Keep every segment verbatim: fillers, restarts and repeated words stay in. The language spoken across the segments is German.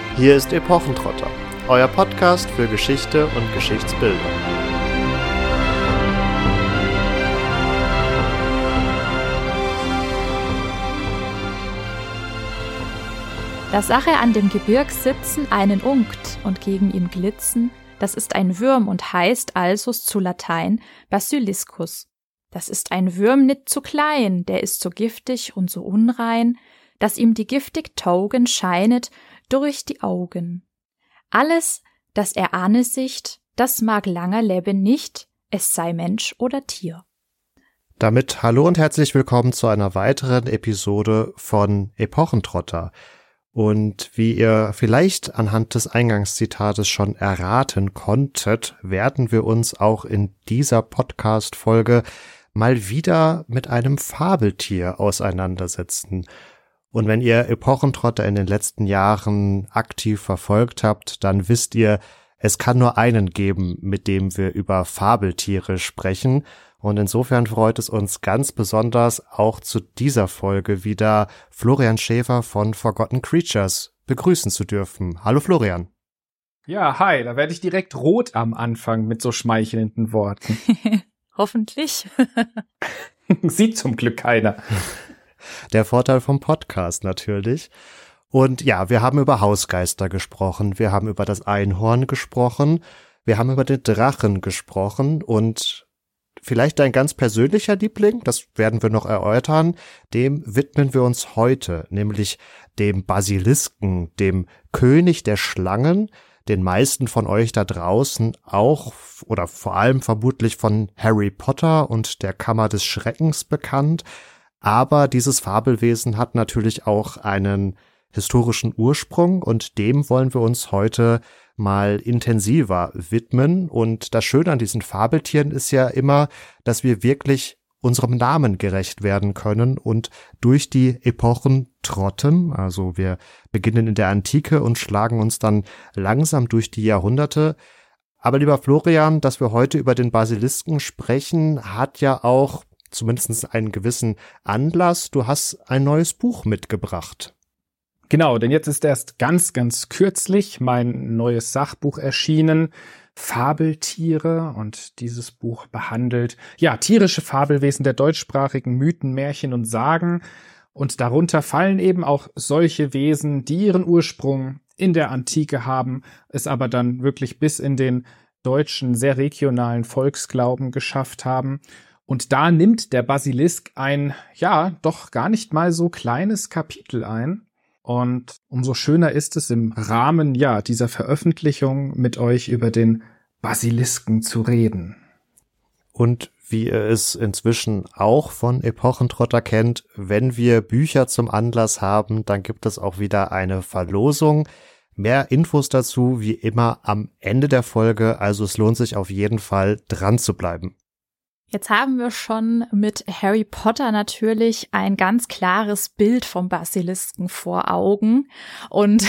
Hier ist Epochentrotter, euer Podcast für Geschichte und Geschichtsbildung. Da Sache an dem Gebirg sitzen einen unkt und gegen ihm glitzen, das ist ein Würm und heißt also zu Latein Basiliscus. Das ist ein Würm nit zu klein, der ist so giftig und so unrein, dass ihm die giftig Taugen scheinet durch die Augen. Alles, das er ahne sicht, das mag langer leben nicht, es sei Mensch oder Tier. Damit hallo und herzlich willkommen zu einer weiteren Episode von Epochentrotter. Und wie ihr vielleicht anhand des Eingangszitates schon erraten konntet, werden wir uns auch in dieser Podcast-Folge mal wieder mit einem Fabeltier auseinandersetzen. Und wenn ihr Epochentrotter in den letzten Jahren aktiv verfolgt habt, dann wisst ihr, es kann nur einen geben, mit dem wir über Fabeltiere sprechen. Und insofern freut es uns ganz besonders, auch zu dieser Folge wieder Florian Schäfer von Forgotten Creatures begrüßen zu dürfen. Hallo Florian. Ja, hi, da werde ich direkt rot am Anfang mit so schmeichelnden Worten. Hoffentlich. Sieht zum Glück keiner. Der Vorteil vom Podcast natürlich. Und ja, wir haben über Hausgeister gesprochen, wir haben über das Einhorn gesprochen, wir haben über den Drachen gesprochen und vielleicht dein ganz persönlicher Liebling, das werden wir noch erörtern, dem widmen wir uns heute, nämlich dem Basilisken, dem König der Schlangen, den meisten von euch da draußen auch oder vor allem vermutlich von Harry Potter und der Kammer des Schreckens bekannt. Aber dieses Fabelwesen hat natürlich auch einen historischen Ursprung und dem wollen wir uns heute mal intensiver widmen. Und das Schöne an diesen Fabeltieren ist ja immer, dass wir wirklich unserem Namen gerecht werden können und durch die Epochen trotten. Also wir beginnen in der Antike und schlagen uns dann langsam durch die Jahrhunderte. Aber lieber Florian, dass wir heute über den Basilisken sprechen, hat ja auch zumindest einen gewissen Anlass. Du hast ein neues Buch mitgebracht. Genau, denn jetzt ist erst ganz, ganz kürzlich mein neues Sachbuch erschienen, Fabeltiere, und dieses Buch behandelt, ja, tierische Fabelwesen der deutschsprachigen Mythen, Märchen und Sagen, und darunter fallen eben auch solche Wesen, die ihren Ursprung in der Antike haben, es aber dann wirklich bis in den deutschen, sehr regionalen Volksglauben geschafft haben. Und da nimmt der Basilisk ein, ja, doch gar nicht mal so kleines Kapitel ein. Und umso schöner ist es im Rahmen, ja, dieser Veröffentlichung mit euch über den Basilisken zu reden. Und wie ihr es inzwischen auch von Epochentrotter kennt, wenn wir Bücher zum Anlass haben, dann gibt es auch wieder eine Verlosung. Mehr Infos dazu wie immer am Ende der Folge, also es lohnt sich auf jeden Fall dran zu bleiben. Jetzt haben wir schon mit Harry Potter natürlich ein ganz klares Bild vom Basilisken vor Augen. Und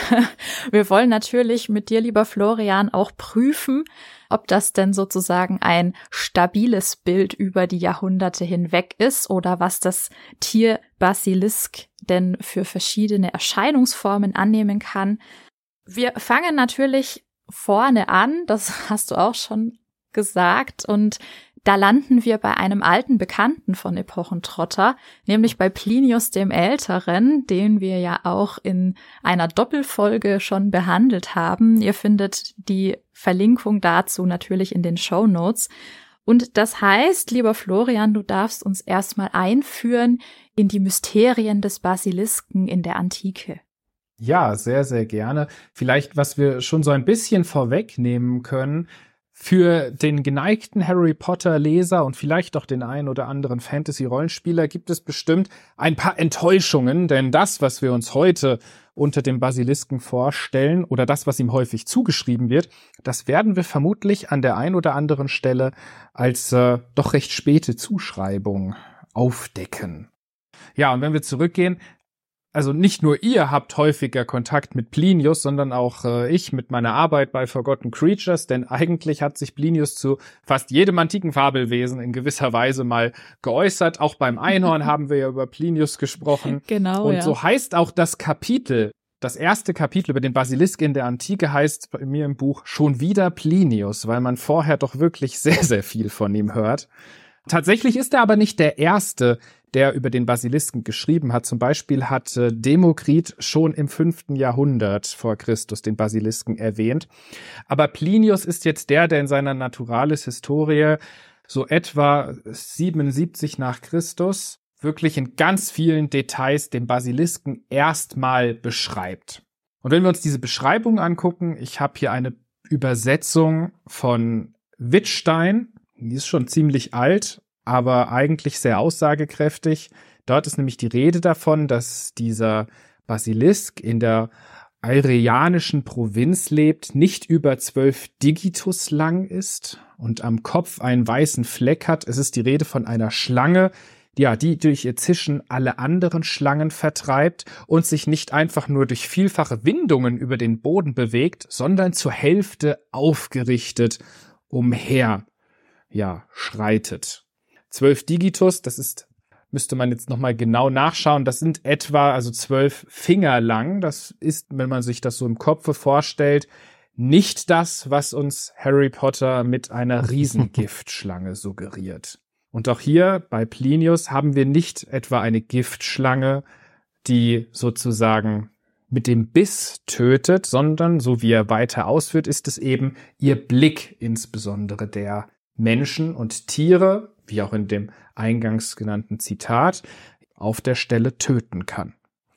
wir wollen natürlich mit dir, lieber Florian, auch prüfen, ob das denn sozusagen ein stabiles Bild über die Jahrhunderte hinweg ist oder was das Tier Basilisk denn für verschiedene Erscheinungsformen annehmen kann. Wir fangen natürlich vorne an, das hast du auch schon gesagt, und da landen wir bei einem alten Bekannten von Epochentrotter, nämlich bei Plinius dem Älteren, den wir ja auch in einer Doppelfolge schon behandelt haben. Ihr findet die Verlinkung dazu natürlich in den Shownotes. Und das heißt, lieber Florian, du darfst uns erstmal einführen in die Mysterien des Basilisken in der Antike. Ja, sehr, sehr gerne. Vielleicht, was wir schon so ein bisschen vorwegnehmen können: Für den geneigten Harry Potter-Leser und vielleicht auch den einen oder anderen Fantasy-Rollenspieler gibt es bestimmt ein paar Enttäuschungen, denn das, was wir uns heute unter dem Basilisken vorstellen oder das, was ihm häufig zugeschrieben wird, das werden wir vermutlich an der einen oder anderen Stelle als äh, doch recht späte Zuschreibung aufdecken. Ja, und wenn wir zurückgehen, also nicht nur ihr habt häufiger Kontakt mit Plinius, sondern auch äh, ich mit meiner Arbeit bei Forgotten Creatures, denn eigentlich hat sich Plinius zu fast jedem antiken Fabelwesen in gewisser Weise mal geäußert. Auch beim Einhorn haben wir ja über Plinius gesprochen. Genau, Und ja. so heißt auch das Kapitel Das erste Kapitel über den Basilisk in der Antike heißt bei mir im Buch schon wieder Plinius, weil man vorher doch wirklich sehr, sehr viel von ihm hört. Tatsächlich ist er aber nicht der Erste, der über den Basilisken geschrieben hat. Zum Beispiel hat Demokrit schon im fünften Jahrhundert vor Christus den Basilisken erwähnt. Aber Plinius ist jetzt der, der in seiner Naturalis Historiae so etwa siebenundsiebzig nach Christus wirklich in ganz vielen Details den Basilisken erstmal beschreibt. Und wenn wir uns diese Beschreibung angucken, ich habe hier eine Übersetzung von Wittstein, die ist schon ziemlich alt, aber eigentlich sehr aussagekräftig. Dort ist nämlich die Rede davon, dass dieser Basilisk in der aurelianischen Provinz lebt, nicht über zwölf Digitus lang ist und am Kopf einen weißen Fleck hat. Es ist die Rede von einer Schlange, ja, die durch ihr Zischen alle anderen Schlangen vertreibt und sich nicht einfach nur durch vielfache Windungen über den Boden bewegt, sondern zur Hälfte aufgerichtet umher, ja, schreitet. Zwölf Digitus, das ist, müsste man jetzt nochmal genau nachschauen, das sind etwa, also zwölf Finger lang. Das ist, wenn man sich das so im Kopfe vorstellt, nicht das, was uns Harry Potter mit einer Riesengiftschlange suggeriert. Und auch hier bei Plinius haben wir nicht etwa eine Giftschlange, die sozusagen mit dem Biss tötet, sondern, so wie er weiter ausführt, ist es eben ihr Blick, insbesondere der Menschen und Tiere, wie auch in dem eingangs genannten Zitat, auf der Stelle töten kann.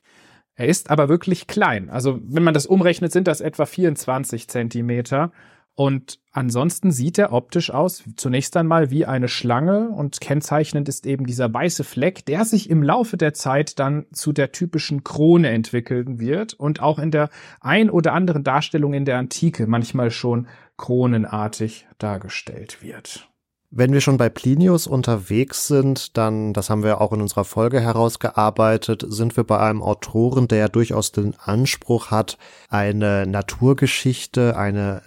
Er ist aber wirklich klein. Also wenn man das umrechnet, sind das etwa vierundzwanzig Zentimeter. Und ansonsten sieht er optisch aus, zunächst einmal wie eine Schlange, und kennzeichnend ist eben dieser weiße Fleck, der sich im Laufe der Zeit dann zu der typischen Krone entwickeln wird und auch in der ein oder anderen Darstellung in der Antike manchmal schon kronenartig dargestellt wird. Wenn wir schon bei Plinius unterwegs sind, dann, das haben wir auch in unserer Folge herausgearbeitet, sind wir bei einem Autoren, der ja durchaus den Anspruch hat, eine Naturgeschichte, eine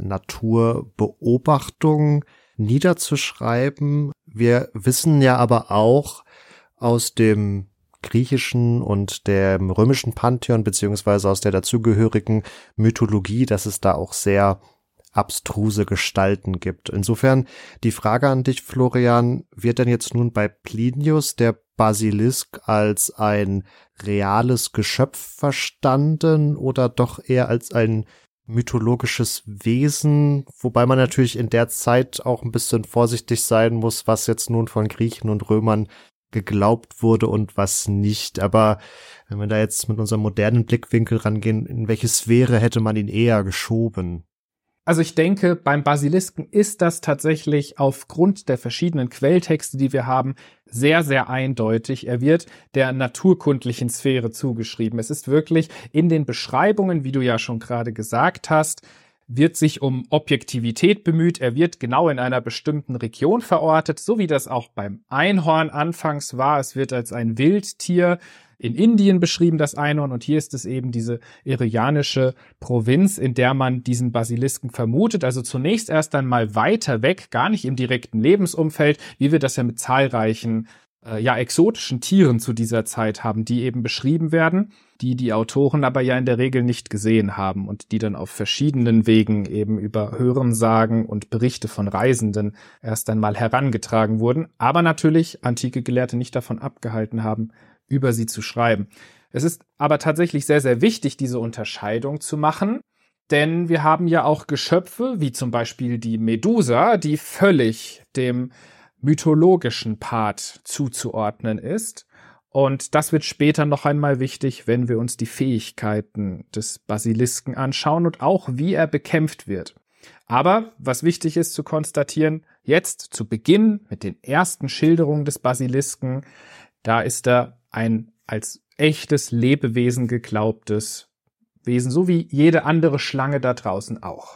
Naturbeobachtung niederzuschreiben. Wir wissen ja aber auch aus dem griechischen und dem römischen Pantheon beziehungsweise aus der dazugehörigen Mythologie, dass es da auch sehr abstruse Gestalten gibt. Insofern die Frage an dich, Florian, wird denn jetzt nun bei Plinius der Basilisk als ein reales Geschöpf verstanden oder doch eher als ein mythologisches Wesen, wobei man natürlich in der Zeit auch ein bisschen vorsichtig sein muss, was jetzt nun von Griechen und Römern geglaubt wurde und was nicht. Aber wenn wir da jetzt mit unserem modernen Blickwinkel rangehen, in welche Sphäre hätte man ihn eher geschoben? Also ich denke, beim Basilisken ist das tatsächlich aufgrund der verschiedenen Quelltexte, die wir haben, sehr, sehr eindeutig. Er wird der naturkundlichen Sphäre zugeschrieben. Es ist wirklich in den Beschreibungen, wie du ja schon gerade gesagt hast, wird sich um Objektivität bemüht. Er wird genau in einer bestimmten Region verortet, so wie das auch beim Einhorn anfangs war. Es wird als ein Wildtier in Indien beschrieben, das Einhorn, und hier ist es eben diese irianische Provinz, in der man diesen Basilisken vermutet. Also zunächst erst einmal weiter weg, gar nicht im direkten Lebensumfeld, wie wir das ja mit zahlreichen äh, ja exotischen Tieren zu dieser Zeit haben, die eben beschrieben werden, die die Autoren aber ja in der Regel nicht gesehen haben und die dann auf verschiedenen Wegen eben über Hörensagen und Berichte von Reisenden erst einmal herangetragen wurden, aber natürlich antike Gelehrte nicht davon abgehalten haben, über sie zu schreiben. Es ist aber tatsächlich sehr, sehr wichtig, diese Unterscheidung zu machen, denn wir haben ja auch Geschöpfe, wie zum Beispiel die Medusa, die völlig dem mythologischen Part zuzuordnen ist. Und das wird später noch einmal wichtig, wenn wir uns die Fähigkeiten des Basilisken anschauen und auch, wie er bekämpft wird. Aber was wichtig ist zu konstatieren, jetzt zu Beginn mit den ersten Schilderungen des Basilisken, da ist er ein als echtes Lebewesen geglaubtes Wesen, so wie jede andere Schlange da draußen auch.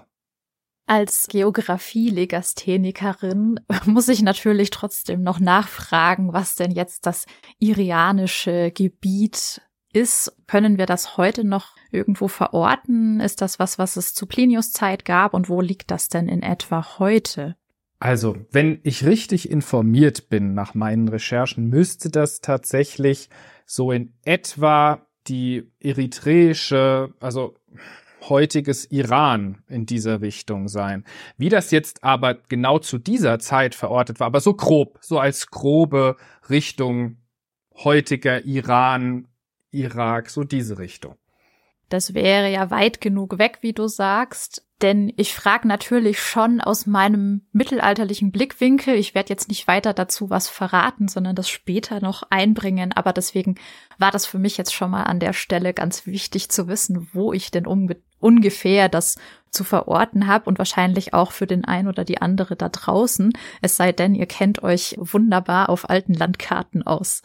Als Geographie-Legasthenikerin muss ich natürlich trotzdem noch nachfragen, was denn jetzt das irianische Gebiet ist. Können wir das heute noch irgendwo verorten? Ist das was, was es zu Plinius Zeit gab? Und wo liegt das denn in etwa heute? Also, wenn ich richtig informiert bin nach meinen Recherchen, müsste das tatsächlich so in etwa die eritreische, also heutiges Iran in dieser Richtung sein. Wie das jetzt aber genau zu dieser Zeit verortet war, aber so grob, so als grobe Richtung heutiger Iran, Irak, so diese Richtung. Das wäre ja weit genug weg, wie du sagst. Denn ich frage natürlich schon aus meinem mittelalterlichen Blickwinkel. Ich werde jetzt nicht weiter dazu was verraten, sondern das später noch einbringen. Aber deswegen war das für mich jetzt schon mal an der Stelle ganz wichtig zu wissen, wo ich denn unge- ungefähr das zu verorten habe und wahrscheinlich auch für den ein oder die andere da draußen. Es sei denn, ihr kennt euch wunderbar auf alten Landkarten aus.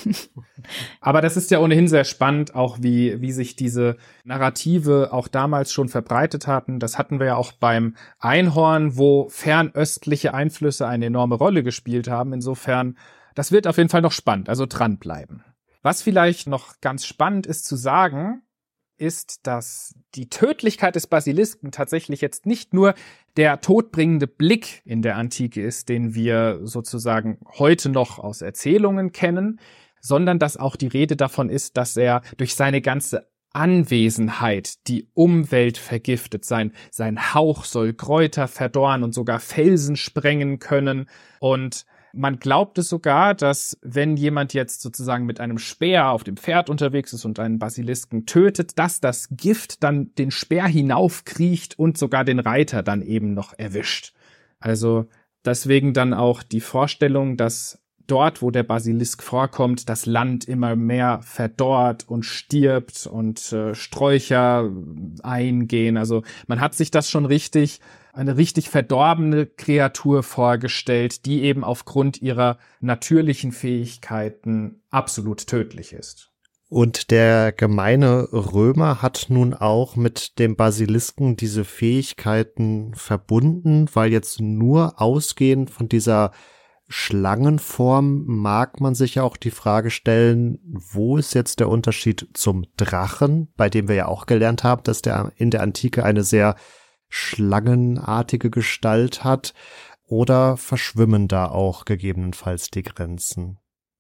Aber das ist ja ohnehin sehr spannend, auch wie, wie sich diese Narrative auch damals schon verbreitet hatten. Das hatten wir ja auch beim Einhorn, wo fernöstliche Einflüsse eine enorme Rolle gespielt haben. Insofern, das wird auf jeden Fall noch spannend, also dranbleiben. Was vielleicht noch ganz spannend ist zu sagen, ist, dass die Tödlichkeit des Basilisken tatsächlich jetzt nicht nur der todbringende Blick in der Antike ist, den wir sozusagen heute noch aus Erzählungen kennen, sondern dass auch die Rede davon ist, dass er durch seine ganze Anwesenheit die Umwelt vergiftet. Sein, sein Hauch soll Kräuter verdorren und sogar Felsen sprengen können. Und man glaubt es sogar, dass wenn jemand jetzt sozusagen mit einem Speer auf dem Pferd unterwegs ist und einen Basilisken tötet, dass das Gift dann den Speer hinaufkriecht und sogar den Reiter dann eben noch erwischt. Also deswegen dann auch die Vorstellung, dass dort, wo der Basilisk vorkommt, das Land immer mehr verdorrt und stirbt und äh, Sträucher eingehen. Also man hat sich das schon richtig, eine richtig verdorbene Kreatur vorgestellt, die eben aufgrund ihrer natürlichen Fähigkeiten absolut tödlich ist. Und der gemeine Römer hat nun auch mit dem Basilisken diese Fähigkeiten verbunden, weil jetzt nur ausgehend von dieser Schlangenform mag man sich ja auch die Frage stellen, wo ist jetzt der Unterschied zum Drachen, bei dem wir ja auch gelernt haben, dass der in der Antike eine sehr schlangenartige Gestalt hat, oder verschwimmen da auch gegebenenfalls die Grenzen?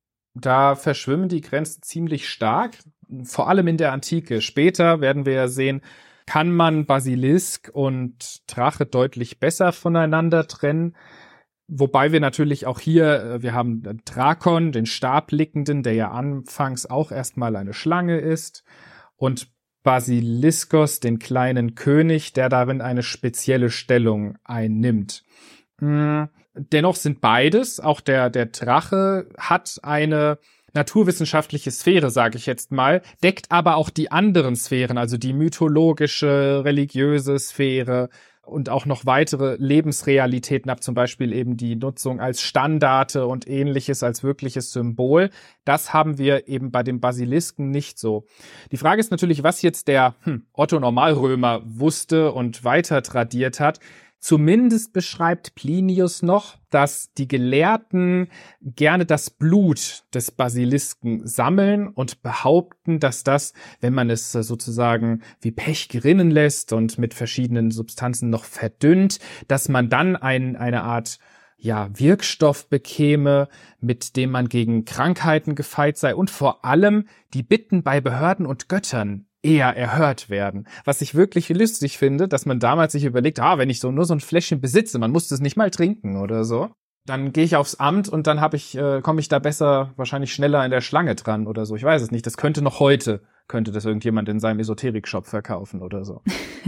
Da verschwimmen die Grenzen ziemlich stark, vor allem in der Antike. Später werden wir ja sehen, kann man Basilisk und Drache deutlich besser voneinander trennen. Wobei wir natürlich auch hier, wir haben Drakon, den Stablickenden, der ja anfangs auch erstmal eine Schlange ist, und Basiliskos, den kleinen König, der darin eine spezielle Stellung einnimmt. Dennoch sind beides, auch der, der Drache hat eine naturwissenschaftliche Sphäre, sage ich jetzt mal, deckt aber auch die anderen Sphären, also die mythologische, religiöse Sphäre, und auch noch weitere Lebensrealitäten ab, zum Beispiel eben die Nutzung als Standarte und ähnliches, als wirkliches Symbol. Das haben wir eben bei dem Basilisken nicht so. Die Frage ist natürlich, was jetzt der hm, Otto Normalrömer wusste und weiter tradiert hat. Zumindest beschreibt Plinius noch, dass die Gelehrten gerne das Blut des Basilisken sammeln und behaupten, dass das, wenn man es sozusagen wie Pech gerinnen lässt und mit verschiedenen Substanzen noch verdünnt, dass man dann ein, eine Art ja, Wirkstoff bekäme, mit dem man gegen Krankheiten gefeit sei und vor allem die Bitten bei Behörden und Göttern eher erhört werden. Was ich wirklich lustig finde, dass man damals sich überlegt, ah, wenn ich so nur so ein Fläschchen besitze, man muss das nicht mal trinken oder so, dann gehe ich aufs Amt und dann habe ich, äh, komme ich da besser, wahrscheinlich schneller in der Schlange dran oder so. Ich weiß es nicht. Das könnte noch heute, könnte das irgendjemand in seinem Esoterik-Shop verkaufen oder so.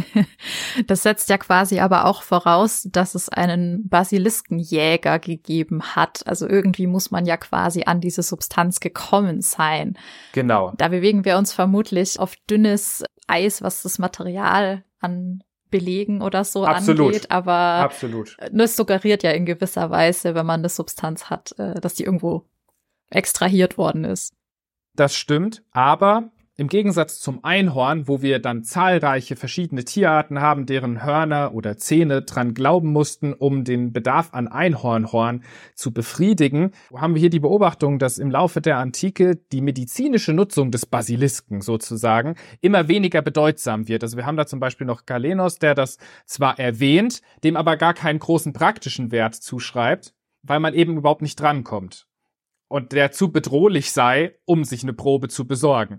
Das setzt ja quasi aber auch voraus, dass es einen Basiliskenjäger gegeben hat. Also irgendwie muss man ja quasi an diese Substanz gekommen sein. Genau. Da bewegen wir uns vermutlich auf dünnes Eis, was das Material an Belegen oder so Absolut. angeht. Aber Absolut. Das suggeriert ja in gewisser Weise, wenn man eine Substanz hat, dass die irgendwo extrahiert worden ist. Das stimmt, aber im Gegensatz zum Einhorn, wo wir dann zahlreiche verschiedene Tierarten haben, deren Hörner oder Zähne dran glauben mussten, um den Bedarf an Einhornhorn zu befriedigen, haben wir hier die Beobachtung, dass im Laufe der Antike die medizinische Nutzung des Basilisken sozusagen immer weniger bedeutsam wird. Also wir haben da zum Beispiel noch Galenos, der das zwar erwähnt, dem aber gar keinen großen praktischen Wert zuschreibt, weil man eben überhaupt nicht drankommt und der zu bedrohlich sei, um sich eine Probe zu besorgen.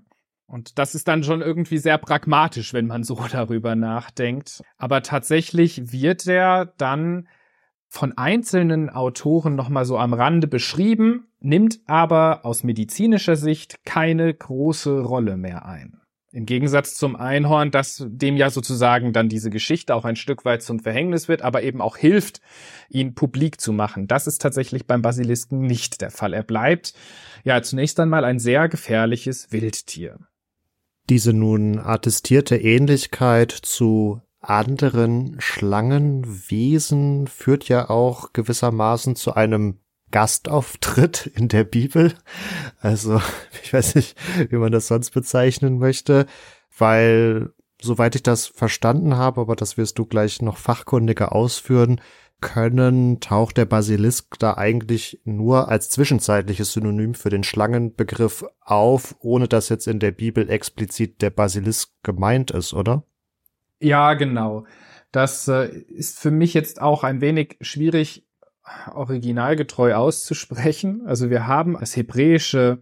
Und das ist dann schon irgendwie sehr pragmatisch, wenn man so darüber nachdenkt. Aber tatsächlich wird er dann von einzelnen Autoren nochmal so am Rande beschrieben, nimmt aber aus medizinischer Sicht keine große Rolle mehr ein. Im Gegensatz zum Einhorn, das dem ja sozusagen dann diese Geschichte auch ein Stück weit zum Verhängnis wird, aber eben auch hilft, ihn publik zu machen. Das ist tatsächlich beim Basilisken nicht der Fall. Er bleibt ja zunächst einmal ein sehr gefährliches Wildtier. Diese nun attestierte Ähnlichkeit zu anderen Schlangenwesen führt ja auch gewissermaßen zu einem Gastauftritt in der Bibel. Also, ich weiß nicht, wie man das sonst bezeichnen möchte, weil, soweit ich das verstanden habe, aber das wirst du gleich noch fachkundiger ausführen können, taucht der Basilisk da eigentlich nur als zwischenzeitliches Synonym für den Schlangenbegriff auf, ohne dass jetzt in der Bibel explizit der Basilisk gemeint ist, oder? Ja, genau. Das äh, ist für mich jetzt auch ein wenig schwierig, originalgetreu auszusprechen. Also wir haben das hebräische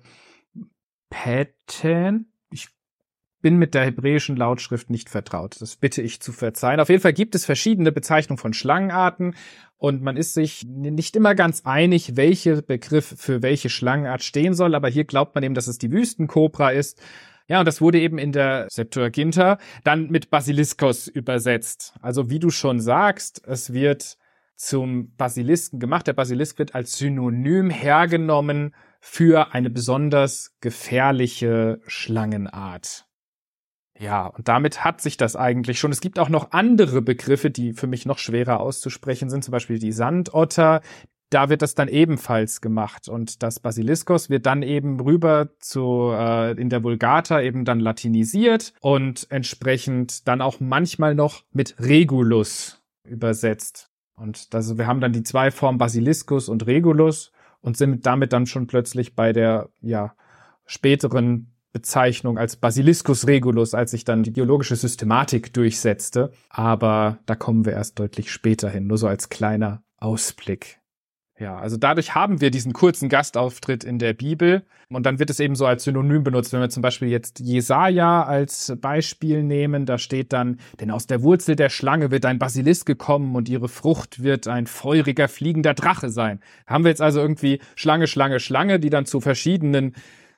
Peten. Ich bin mit der hebräischen Lautschrift nicht vertraut. Das bitte ich zu verzeihen. Auf jeden Fall gibt es verschiedene Bezeichnungen von Schlangenarten und man ist sich nicht immer ganz einig, welcher Begriff für welche Schlangenart stehen soll. Aber hier glaubt man eben, dass es die Wüstenkobra ist. Ja, und das wurde eben in der Septuaginta dann mit Basiliskos übersetzt. Also wie du schon sagst, es wird zum Basilisken gemacht. Der Basilisk wird als Synonym hergenommen für eine besonders gefährliche Schlangenart. Ja, und damit hat sich das eigentlich schon. Es gibt auch noch andere Begriffe, die für mich noch schwerer auszusprechen sind, zum Beispiel die Sandotter. Da wird das dann ebenfalls gemacht und das Basiliskos wird dann eben rüber zu äh, in der Vulgata eben dann latinisiert und entsprechend dann auch manchmal noch mit Regulus übersetzt. Und das, wir haben dann die zwei Formen Basiliscus und Regulus und sind damit dann schon plötzlich bei der ja späteren Bezeichnung als Basiliscus regulus, als sich dann die biologische Systematik durchsetzte. Aber da kommen wir erst deutlich später hin, nur so als kleiner Ausblick. Ja, also dadurch haben wir diesen kurzen Gastauftritt in der Bibel und dann wird es eben so als Synonym benutzt. Wenn wir zum Beispiel jetzt Jesaja als Beispiel nehmen, da steht dann, denn aus der Wurzel der Schlange wird ein Basilisk gekommen und ihre Frucht wird ein feuriger, fliegender Drache sein. Da haben wir jetzt also irgendwie Schlange, Schlange, Schlange, die dann zu verschiedenen,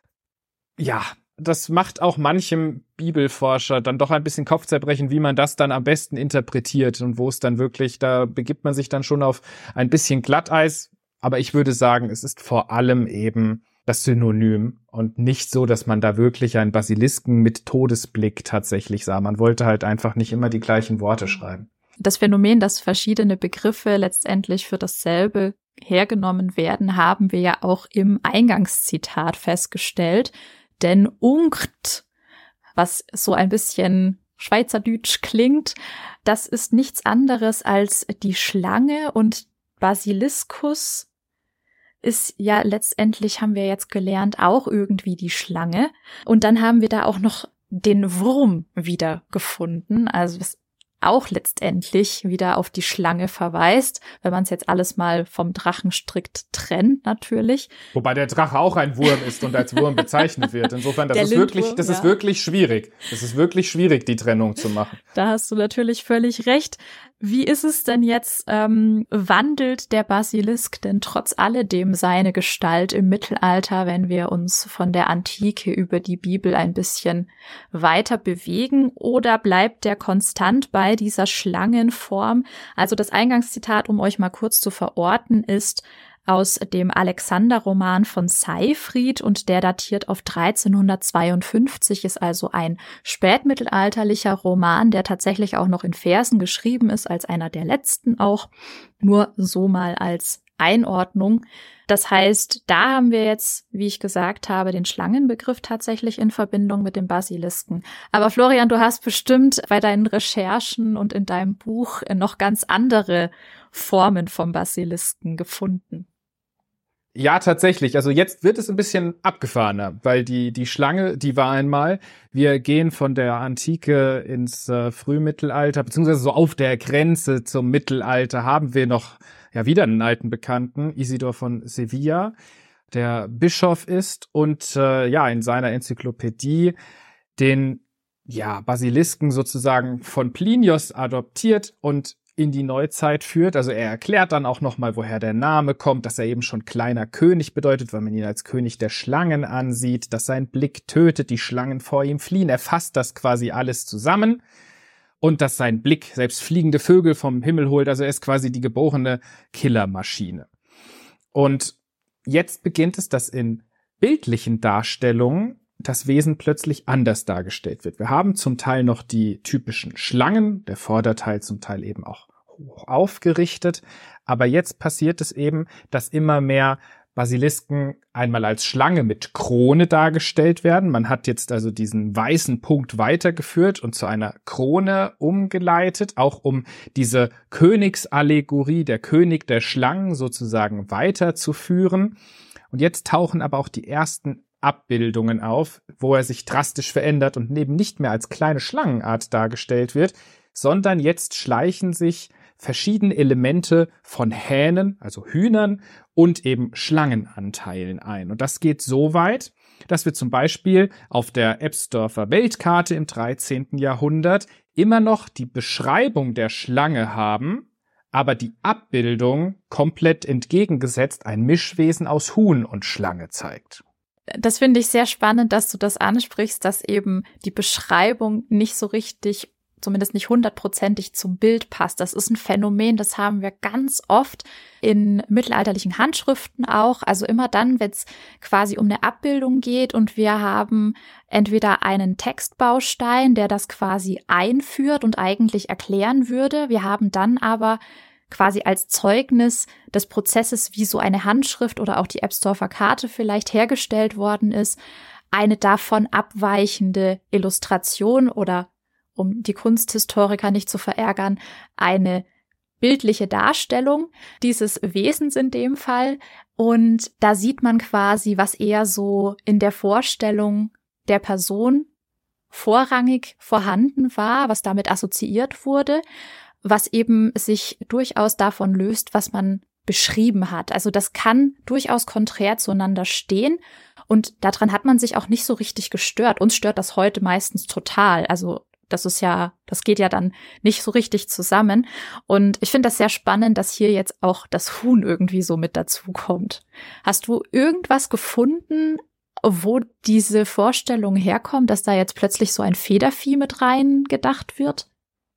ja, das macht auch manchem Bibelforscher dann doch ein bisschen Kopfzerbrechen, wie man das dann am besten interpretiert und wo es dann wirklich, da begibt man sich dann schon auf ein bisschen Glatteis. Aber ich würde sagen, es ist vor allem eben das Synonym und nicht so, dass man da wirklich einen Basilisken mit Todesblick tatsächlich sah. Man wollte halt einfach nicht immer die gleichen Worte schreiben. Das Phänomen, dass verschiedene Begriffe letztendlich für dasselbe hergenommen werden, haben wir ja auch im Eingangszitat festgestellt. Denn Unkt, was so ein bisschen schweizerdeutsch klingt, das ist nichts anderes als die Schlange und Basiliskus ist ja letztendlich, haben wir jetzt gelernt, auch irgendwie die Schlange. Und dann haben wir da auch noch den Wurm wieder gefunden, also was auch letztendlich wieder auf die Schlange verweist, wenn man es jetzt alles mal vom Drachen strikt trennt natürlich. Wobei der Drache auch ein Wurm ist und als Wurm bezeichnet wird. Insofern, das, ist wirklich, das ja. ist wirklich schwierig. Das ist wirklich schwierig, die Trennung zu machen. Da hast du natürlich völlig recht. Wie ist es denn jetzt, ähm, wandelt der Basilisk denn trotz alledem seine Gestalt im Mittelalter, wenn wir uns von der Antike über die Bibel ein bisschen weiter bewegen, oder bleibt der konstant bei dieser Schlangenform? Also das Eingangszitat, um euch mal kurz zu verorten, ist aus dem Alexander-Roman von Seyfried und der datiert auf dreizehnhundertzweiundfünfzig, ist also ein spätmittelalterlicher Roman, der tatsächlich auch noch in Versen geschrieben ist, als einer der letzten auch, nur so mal als Einordnung. Das heißt, da haben wir jetzt, wie ich gesagt habe, den Schlangenbegriff tatsächlich in Verbindung mit dem Basilisken. Aber Florian, du hast bestimmt bei deinen Recherchen und in deinem Buch noch ganz andere Formen vom Basilisken gefunden. Ja, tatsächlich. Also jetzt wird es ein bisschen abgefahrener, weil die die Schlange, die war einmal, wir gehen von der Antike ins äh, Frühmittelalter, beziehungsweise so auf der Grenze zum Mittelalter haben wir noch ja wieder einen alten Bekannten, Isidor von Sevilla, der Bischof ist und äh, ja in seiner Enzyklopädie den ja, Basilisken sozusagen von Plinius adoptiert und in die Neuzeit führt. Also er erklärt dann auch nochmal, woher der Name kommt, dass er eben schon kleiner König bedeutet, weil man ihn als König der Schlangen ansieht, dass sein Blick tötet, die Schlangen vor ihm fliehen. Er fasst das quasi alles zusammen und dass sein Blick selbst fliegende Vögel vom Himmel holt. Also er ist quasi die geborene Killermaschine. Und jetzt beginnt es, dass in bildlichen Darstellungen das Wesen plötzlich anders dargestellt wird. Wir haben zum Teil noch die typischen Schlangen, der Vorderteil zum Teil eben auch hoch aufgerichtet, aber jetzt passiert es eben, dass immer mehr Basilisken einmal als Schlange mit Krone dargestellt werden. Man hat jetzt also diesen weißen Punkt weitergeführt und zu einer Krone umgeleitet, auch um diese Königsallegorie, der König der Schlangen sozusagen weiterzuführen. Und jetzt tauchen aber auch die ersten Abbildungen auf, wo er sich drastisch verändert und eben nicht mehr als kleine Schlangenart dargestellt wird, sondern jetzt schleichen sich verschiedene Elemente von Hähnen, also Hühnern und eben Schlangenanteilen ein. Und das geht so weit, dass wir zum Beispiel auf der Ebsdorfer Weltkarte im dreizehnten Jahrhundert immer noch die Beschreibung der Schlange haben, aber die Abbildung komplett entgegengesetzt ein Mischwesen aus Huhn und Schlange zeigt. Das finde ich sehr spannend, dass du das ansprichst, dass eben die Beschreibung nicht so richtig, zumindest nicht hundertprozentig zum Bild passt. Das ist ein Phänomen, das haben wir ganz oft in mittelalterlichen Handschriften auch. Also immer dann, wenn es quasi um eine Abbildung geht und wir haben entweder einen Textbaustein, der das quasi einführt und eigentlich erklären würde. Wir haben dann aber quasi als Zeugnis des Prozesses, wie so eine Handschrift oder auch die Ebsdorfer Karte vielleicht hergestellt worden ist, eine davon abweichende Illustration oder, um die Kunsthistoriker nicht zu verärgern, eine bildliche Darstellung dieses Wesens in dem Fall. Und da sieht man quasi, was eher so in der Vorstellung der Person vorrangig vorhanden war, was damit assoziiert wurde, was eben sich durchaus davon löst, was man beschrieben hat. Also das kann durchaus konträr zueinander stehen und daran hat man sich auch nicht so richtig gestört. Uns stört das heute meistens total. Also das ist ja, das geht ja dann nicht so richtig zusammen. Und ich finde das sehr spannend, dass hier jetzt auch das Huhn irgendwie so mit dazu kommt. Hast du irgendwas gefunden, wo diese Vorstellung herkommt, dass da jetzt plötzlich so ein Federvieh mit rein gedacht wird?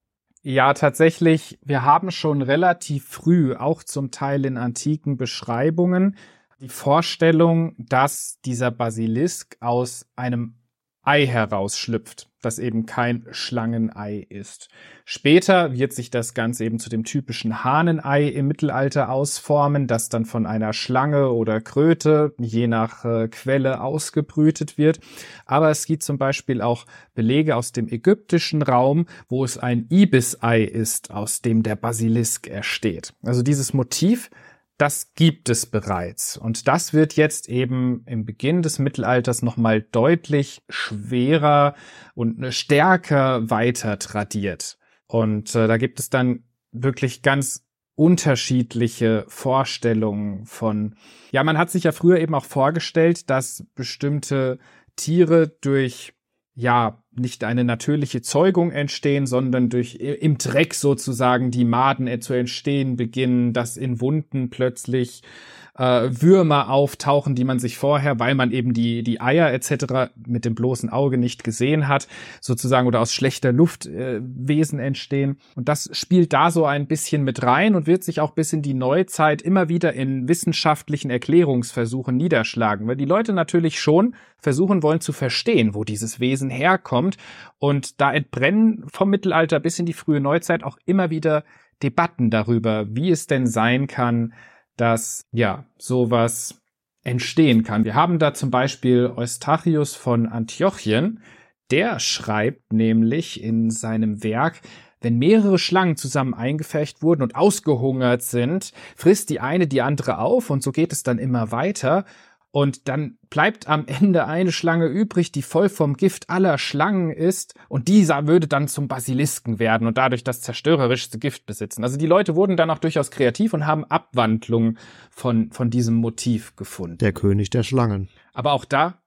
Ja, tatsächlich, wir haben schon relativ früh, auch zum Teil in antiken Beschreibungen, die Vorstellung, dass dieser Basilisk aus einem Ei herausschlüpft, das eben kein Schlangenei ist. Später wird sich das Ganze eben zu dem typischen Hahnenei im Mittelalter ausformen, das dann von einer Schlange oder Kröte je nach äh, Quelle ausgebrütet wird. Aber es gibt zum Beispiel auch Belege aus dem ägyptischen Raum, wo es ein Ibisei ist, aus dem der Basilisk entsteht. Also dieses Motiv, das gibt es bereits. Und das wird jetzt eben im Beginn des Mittelalters nochmal deutlich schwerer und stärker weiter tradiert. Und äh, da gibt es dann wirklich ganz unterschiedliche Vorstellungen von, ja, man hat sich ja früher eben auch vorgestellt, dass bestimmte Tiere durch, ja, nicht eine natürliche Zeugung entstehen, sondern durch im Dreck sozusagen die Maden zu entstehen beginnen, dass in Wunden plötzlich äh, Würmer auftauchen, die man sich vorher, weil man eben die die Eier et cetera mit dem bloßen Auge nicht gesehen hat, sozusagen, oder aus schlechter Luft äh, Wesen entstehen. Und das spielt da so ein bisschen mit rein und wird sich auch bis in die Neuzeit immer wieder in wissenschaftlichen Erklärungsversuchen niederschlagen, weil die Leute natürlich schon versuchen wollen zu verstehen, wo dieses Wesen herkommt. Und da entbrennen vom Mittelalter bis in die frühe Neuzeit auch immer wieder Debatten darüber, wie es denn sein kann, dass ja sowas entstehen kann. Wir haben da zum Beispiel Eustachius von Antiochien, der schreibt nämlich in seinem Werk: Wenn mehrere Schlangen zusammen eingepfercht wurden und ausgehungert sind, frisst die eine die andere auf und so geht es dann immer weiter. Und dann bleibt am Ende eine Schlange übrig, die voll vom Gift aller Schlangen ist. Und dieser würde dann zum Basilisken werden und dadurch das zerstörerischste Gift besitzen. Also die Leute wurden dann auch durchaus kreativ und haben Abwandlungen von, von diesem Motiv gefunden. Der König der Schlangen. Aber auch da,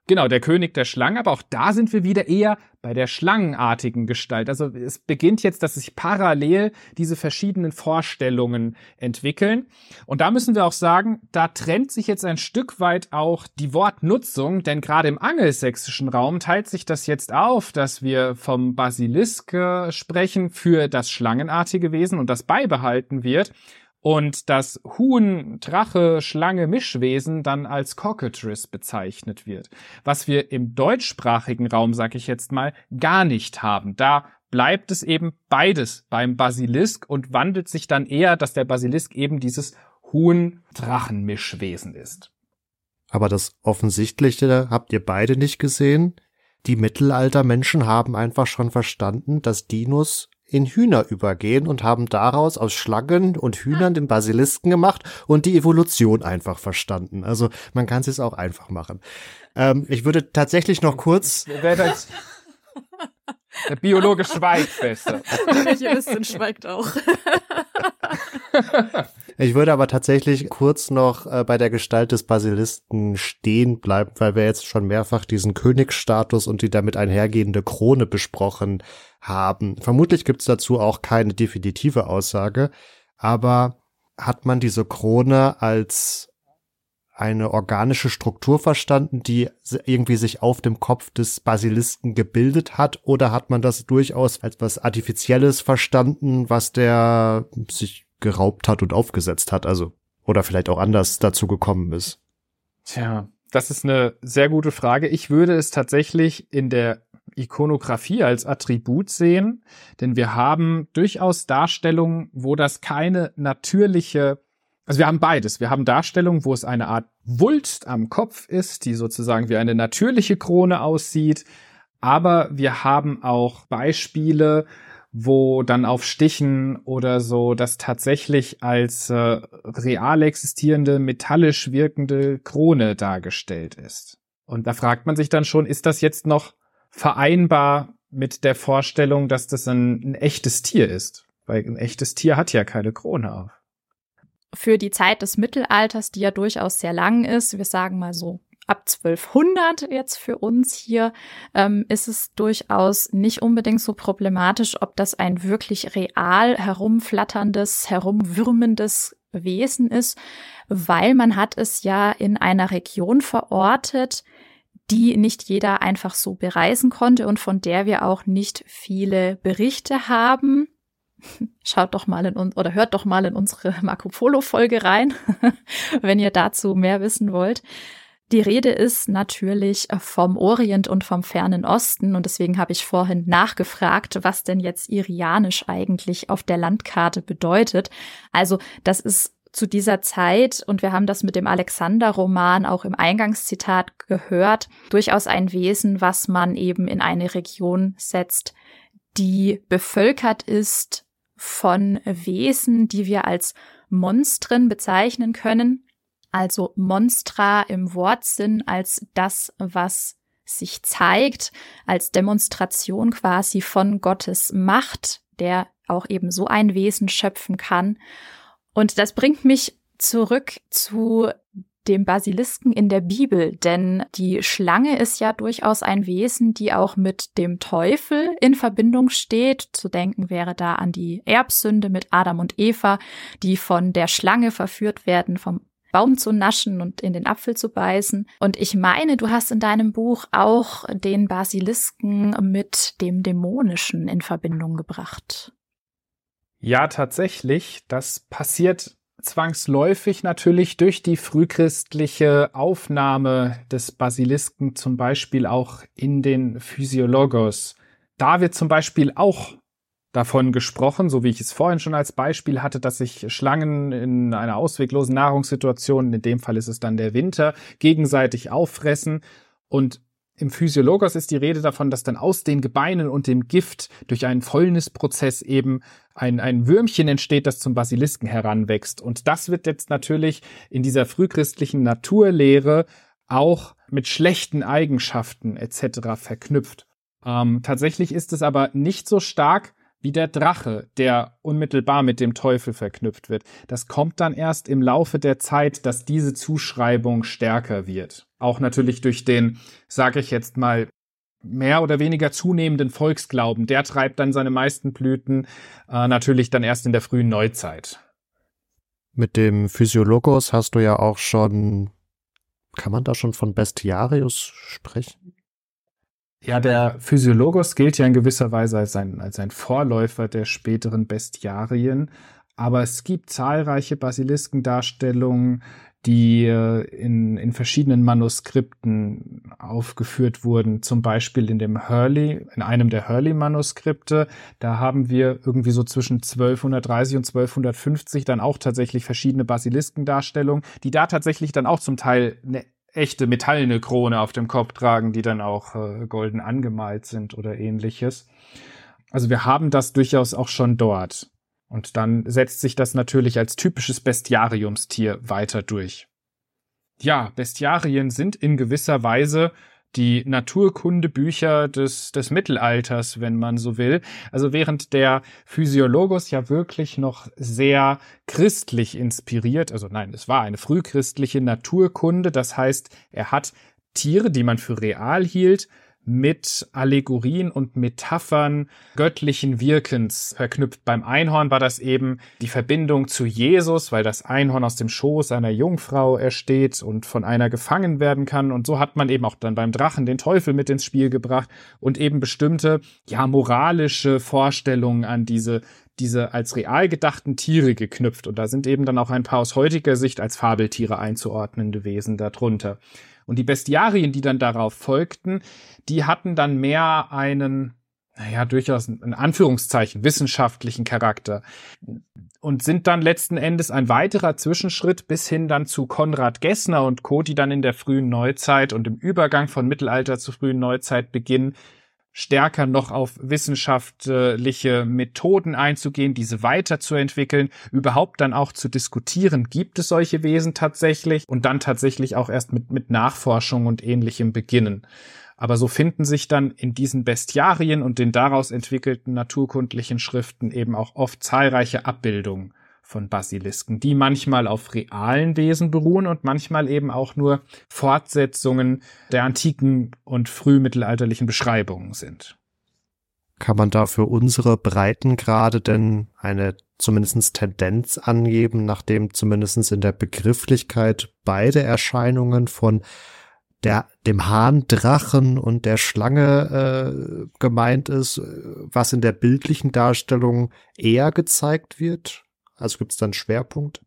Genau, der König der Schlangen, aber auch da sind wir wieder eher bei der schlangenartigen Gestalt. Also es beginnt jetzt, dass sich parallel diese verschiedenen Vorstellungen entwickeln. Und da müssen wir auch sagen, da trennt sich jetzt ein Stück weit auch die Wortnutzung, denn gerade im angelsächsischen Raum teilt sich das jetzt auf, dass wir vom Basilisk äh, sprechen für das schlangenartige Wesen und das beibehalten wird. Und das Huhn, Drache, Schlange, Mischwesen dann als Cockatrice bezeichnet wird. Was wir im deutschsprachigen Raum, sag ich jetzt mal, gar nicht haben. Da bleibt es eben beides beim Basilisk und wandelt sich dann eher, dass der Basilisk eben dieses Huhn-Drachen-Mischwesen ist. Aber das Offensichtliche habt ihr beide nicht gesehen. Die Mittelaltermenschen haben einfach schon verstanden, dass Dinos in Hühner übergehen und haben daraus aus Schlangen und Hühnern den Basilisken gemacht und die Evolution einfach verstanden. Also man kann es jetzt auch einfach machen. Ähm, ich würde tatsächlich noch kurz... Das, der Biologe schweigt besser. Der Juristin schweigt auch. Ich würde aber tatsächlich kurz noch äh, bei der Gestalt des Basilisken stehen bleiben, weil wir jetzt schon mehrfach diesen Königsstatus und die damit einhergehende Krone besprochen haben. Vermutlich gibt es dazu auch keine definitive Aussage, aber hat man diese Krone als eine organische Struktur verstanden, die irgendwie sich auf dem Kopf des Basilisken gebildet hat, oder hat man das durchaus als was Artifizielles verstanden, was der sich geraubt hat und aufgesetzt hat, also oder vielleicht auch anders dazu gekommen ist? Tja, das ist eine sehr gute Frage. Ich würde es tatsächlich in der Ikonografie als Attribut sehen, denn wir haben durchaus Darstellungen, wo das keine natürliche, also wir haben beides. Wir haben Darstellungen, wo es eine Art Wulst am Kopf ist, die sozusagen wie eine natürliche Krone aussieht, aber wir haben auch Beispiele, wo dann auf Stichen oder so das tatsächlich als äh, real existierende, metallisch wirkende Krone dargestellt ist. Und da fragt man sich dann schon, ist das jetzt noch vereinbar mit der Vorstellung, dass das ein, ein echtes Tier ist? Weil ein echtes Tier hat ja keine Krone auf. Für die Zeit des Mittelalters, die ja durchaus sehr lang ist, wir sagen mal so ab zwölfhundert jetzt für uns hier, ähm, ist es durchaus nicht unbedingt so problematisch, ob das ein wirklich real herumflatterndes, herumwürmendes Wesen ist, weil man hat es ja in einer Region verortet, die nicht jeder einfach so bereisen konnte und von der wir auch nicht viele Berichte haben. Schaut doch mal in uns oder hört doch mal in unsere Marco Polo Folge rein, wenn ihr dazu mehr wissen wollt. Die Rede ist natürlich vom Orient und vom fernen Osten und deswegen habe ich vorhin nachgefragt, was denn jetzt irianisch eigentlich auf der Landkarte bedeutet. Also das ist zu dieser Zeit, und wir haben das mit dem Alexander-Roman auch im Eingangszitat gehört, durchaus ein Wesen, was man eben in eine Region setzt, die bevölkert ist von Wesen, die wir als Monstren bezeichnen können. Also Monstra im Wortsinn als das, was sich zeigt, als Demonstration quasi von Gottes Macht, der auch eben so ein Wesen schöpfen kann. Und das bringt mich zurück zu dem Basilisken in der Bibel, denn die Schlange ist ja durchaus ein Wesen, die auch mit dem Teufel in Verbindung steht. Zu denken wäre da an die Erbsünde mit Adam und Eva, die von der Schlange verführt werden, vom Baum zu naschen und in den Apfel zu beißen. Und ich meine, du hast in deinem Buch auch den Basilisken mit dem Dämonischen in Verbindung gebracht. Ja, tatsächlich. Das passiert zwangsläufig natürlich durch die frühchristliche Aufnahme des Basilisken, zum Beispiel auch in den Physiologos. Da wird zum Beispiel auch davon gesprochen, so wie ich es vorhin schon als Beispiel hatte, dass sich Schlangen in einer ausweglosen Nahrungssituation, in dem Fall ist es dann der Winter, gegenseitig auffressen. Und im Physiologos ist die Rede davon, dass dann aus den Gebeinen und dem Gift durch einen Fäulnisprozess eben ein, ein Würmchen entsteht, das zum Basilisken heranwächst. Und das wird jetzt natürlich in dieser frühchristlichen Naturlehre auch mit schlechten Eigenschaften et cetera verknüpft. Ähm, tatsächlich ist es aber nicht so stark wie der Drache, der unmittelbar mit dem Teufel verknüpft wird. Das kommt dann erst im Laufe der Zeit, dass diese Zuschreibung stärker wird. Auch natürlich durch den, sage ich jetzt mal, mehr oder weniger zunehmenden Volksglauben. Der treibt dann seine meisten Blüten äh, natürlich dann erst in der frühen Neuzeit. Mit dem Physiologos hast du ja auch schon, kann man da schon von Bestiarius sprechen? Ja, der Physiologos gilt ja in gewisser Weise als ein, als ein Vorläufer der späteren Bestiarien, aber es gibt zahlreiche Basiliskendarstellungen, die in, in verschiedenen Manuskripten aufgeführt wurden, zum Beispiel in dem Hurley, in einem der Hurley-Manuskripte. Da haben wir irgendwie so zwischen zwölfhundertdreißig und zwölfhundertfünfzig dann auch tatsächlich verschiedene Basiliskendarstellungen, die da tatsächlich dann auch zum Teil eine echte metallene Krone auf dem Kopf tragen, die dann auch äh, golden angemalt sind oder ähnliches. Also wir haben das durchaus auch schon dort. Und dann setzt sich das natürlich als typisches Bestiariumstier weiter durch. Ja, Bestiarien sind in gewisser Weise die Naturkundebücher des, des Mittelalters, wenn man so will. Also während der Physiologos ja wirklich noch sehr christlich inspiriert, also nein, es war eine frühchristliche Naturkunde, das heißt, er hat Tiere, die man für real hielt, mit Allegorien und Metaphern göttlichen Wirkens verknüpft. Beim Einhorn war das eben die Verbindung zu Jesus, weil das Einhorn aus dem Schoß einer Jungfrau ersteht und von einer gefangen werden kann. Und so hat man eben auch dann beim Drachen den Teufel mit ins Spiel gebracht und eben bestimmte, ja, moralische Vorstellungen an diese diese als real gedachten Tiere geknüpft. Und da sind eben dann auch ein paar aus heutiger Sicht als Fabeltiere einzuordnende Wesen darunter. Und die Bestiarien, die dann darauf folgten, die hatten dann mehr einen, naja, durchaus in Anführungszeichen wissenschaftlichen Charakter und sind dann letzten Endes ein weiterer Zwischenschritt bis hin dann zu Konrad Gessner und Co., die dann in der frühen Neuzeit und im Übergang von Mittelalter zur frühen Neuzeit beginnen, stärker noch auf wissenschaftliche Methoden einzugehen, diese weiterzuentwickeln, überhaupt dann auch zu diskutieren, gibt es solche Wesen tatsächlich und dann tatsächlich auch erst mit, mit Nachforschung und Ähnlichem beginnen. Aber so finden sich dann in diesen Bestiarien und den daraus entwickelten naturkundlichen Schriften eben auch oft zahlreiche Abbildungen von Basilisken, die manchmal auf realen Wesen beruhen und manchmal eben auch nur Fortsetzungen der antiken und frühmittelalterlichen Beschreibungen sind. Kann man da für unsere Breitengrade denn eine zumindest Tendenz angeben, nachdem zumindest in der Begrifflichkeit beide Erscheinungen von der dem Hahn-Drachen und der Schlange äh, gemeint ist, was in der bildlichen Darstellung eher gezeigt wird? Also gibt es dann Schwerpunkt?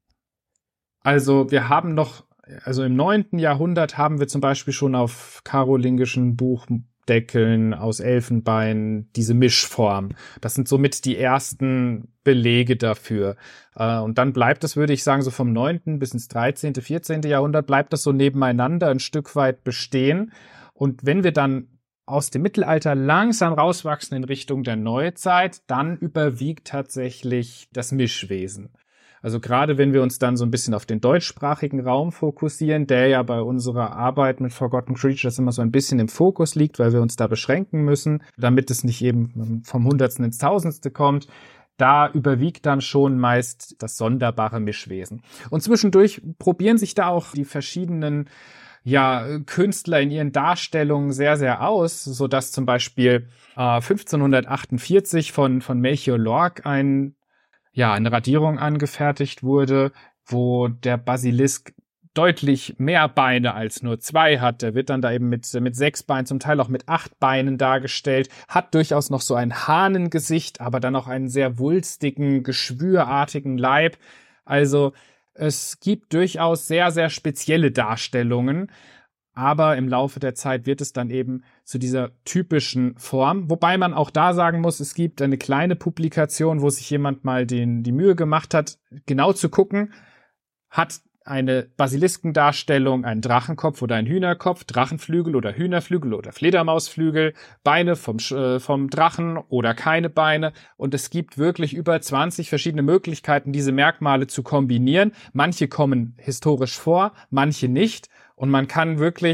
Also wir haben noch, also im neunten Jahrhundert haben wir zum Beispiel schon auf karolingischen Buchdeckeln aus Elfenbein diese Mischform. Das sind somit die ersten Belege dafür. Und dann bleibt es, würde ich sagen, so vom neunten bis ins dreizehnten, vierzehnten Jahrhundert bleibt das so nebeneinander ein Stück weit bestehen. Und wenn wir dann aus dem Mittelalter langsam rauswachsen in Richtung der Neuzeit, dann überwiegt tatsächlich das Mischwesen. Also gerade wenn wir uns dann so ein bisschen auf den deutschsprachigen Raum fokussieren, der ja bei unserer Arbeit mit Forgotten Creatures immer so ein bisschen im Fokus liegt, weil wir uns da beschränken müssen, damit es nicht eben vom Hundertsten ins Tausendste kommt, da überwiegt dann schon meist das sonderbare Mischwesen. Und zwischendurch probieren sich da auch die verschiedenen ja, Künstler in ihren Darstellungen sehr, sehr aus, so dass zum Beispiel äh, fünfzehnhundertachtundvierzig von, von Melchior Lorck ein, ja, eine Radierung angefertigt wurde, wo der Basilisk deutlich mehr Beine als nur zwei hat. Der wird dann da eben mit, mit sechs Beinen, zum Teil auch mit acht Beinen dargestellt, hat durchaus noch so ein Hahnengesicht, aber dann auch einen sehr wulstigen, geschwürartigen Leib. Also es gibt durchaus sehr, sehr spezielle Darstellungen, aber im Laufe der Zeit wird es dann eben zu dieser typischen Form, wobei man auch da sagen muss, es gibt eine kleine Publikation, wo sich jemand mal den, die Mühe gemacht hat, genau zu gucken, hat eine Basiliskendarstellung, einen Drachenkopf oder einen Hühnerkopf, Drachenflügel oder Hühnerflügel oder Fledermausflügel, Beine vom, äh, vom Drachen oder keine Beine. Und es gibt wirklich über zwanzig verschiedene Möglichkeiten, diese Merkmale zu kombinieren. Manche kommen historisch vor, manche nicht. Und man kann wirklich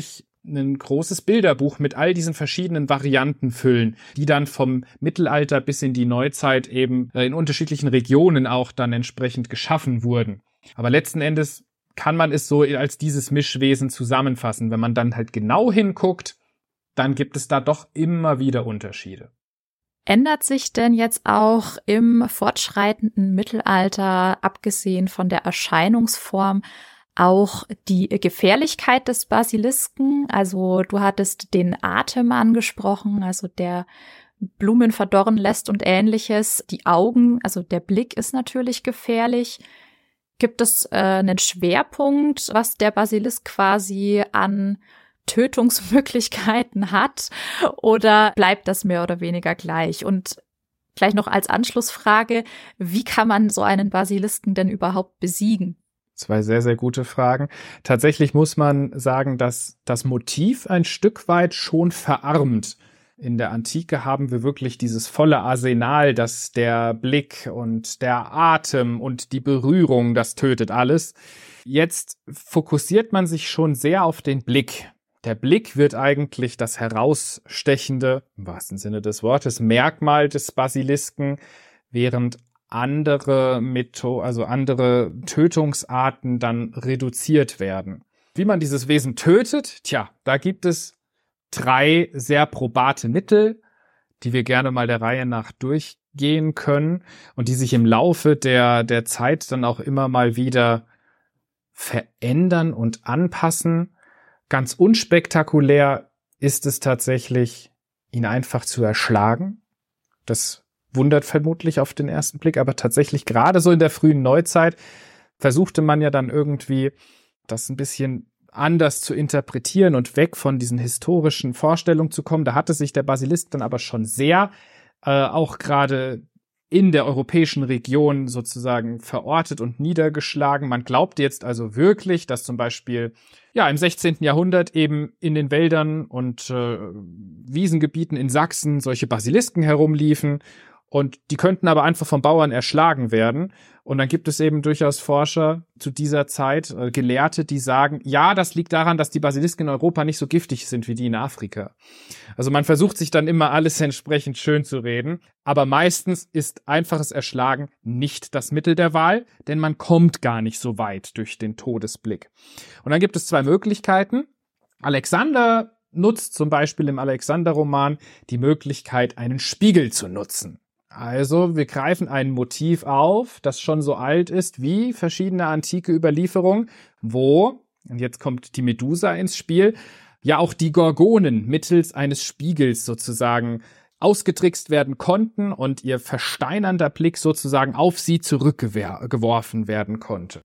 ein großes Bilderbuch mit all diesen verschiedenen Varianten füllen, die dann vom Mittelalter bis in die Neuzeit eben in unterschiedlichen Regionen auch dann entsprechend geschaffen wurden. Aber letzten Endes kann man es so als dieses Mischwesen zusammenfassen. Wenn man dann halt genau hinguckt, dann gibt es da doch immer wieder Unterschiede. Ändert sich denn jetzt auch im fortschreitenden Mittelalter, abgesehen von der Erscheinungsform, auch die Gefährlichkeit des Basilisken? Also du hattest den Atem angesprochen, also der Blumen verdorren lässt und Ähnliches. Die Augen, also der Blick ist natürlich gefährlich. Gibt es äh, einen Schwerpunkt, was der Basilisk quasi an Tötungsmöglichkeiten hat, oder bleibt das mehr oder weniger gleich? Und gleich noch als Anschlussfrage, wie kann man so einen Basilisken denn überhaupt besiegen? Zwei sehr, sehr gute Fragen. Tatsächlich muss man sagen, dass das Motiv ein Stück weit schon verarmt. In der Antike haben wir wirklich dieses volle Arsenal, dass der Blick und der Atem und die Berührung, das tötet alles. Jetzt fokussiert man sich schon sehr auf den Blick. Der Blick wird eigentlich das herausstechende, im wahrsten Sinne des Wortes, Merkmal des Basilisken, während andere Metho- also andere Tötungsarten dann reduziert werden. Wie man dieses Wesen tötet, tja, da gibt es drei sehr probate Mittel, die wir gerne mal der Reihe nach durchgehen können und die sich im Laufe der, der Zeit dann auch immer mal wieder verändern und anpassen. Ganz unspektakulär ist es tatsächlich, ihn einfach zu erschlagen. Das wundert vermutlich auf den ersten Blick, aber tatsächlich gerade so in der frühen Neuzeit versuchte man ja dann irgendwie, das ein bisschen anders zu interpretieren und weg von diesen historischen Vorstellungen zu kommen. Da hatte sich der Basilisk dann aber schon sehr äh, auch gerade in der europäischen Region sozusagen verortet und niedergeschlagen. Man glaubt jetzt also wirklich, dass zum Beispiel ja im sechzehnten Jahrhundert eben in den Wäldern und äh, Wiesengebieten in Sachsen solche Basilisken herumliefen. Und die könnten aber einfach vom Bauern erschlagen werden. Und dann gibt es eben durchaus Forscher zu dieser Zeit, äh, Gelehrte, die sagen, ja, das liegt daran, dass die Basilisken in Europa nicht so giftig sind wie die in Afrika. Also man versucht sich dann immer alles entsprechend schön zu reden. Aber meistens ist einfaches Erschlagen nicht das Mittel der Wahl, denn man kommt gar nicht so weit durch den Todesblick. Und dann gibt es zwei Möglichkeiten. Alexander nutzt zum Beispiel im Alexander-Roman die Möglichkeit, einen Spiegel zu nutzen. Also wir greifen ein Motiv auf, das schon so alt ist wie verschiedene antike Überlieferungen, wo, und jetzt kommt die Medusa ins Spiel, ja auch die Gorgonen mittels eines Spiegels sozusagen ausgetrickst werden konnten und ihr versteinernder Blick sozusagen auf sie zurückgeworfen werden konnte.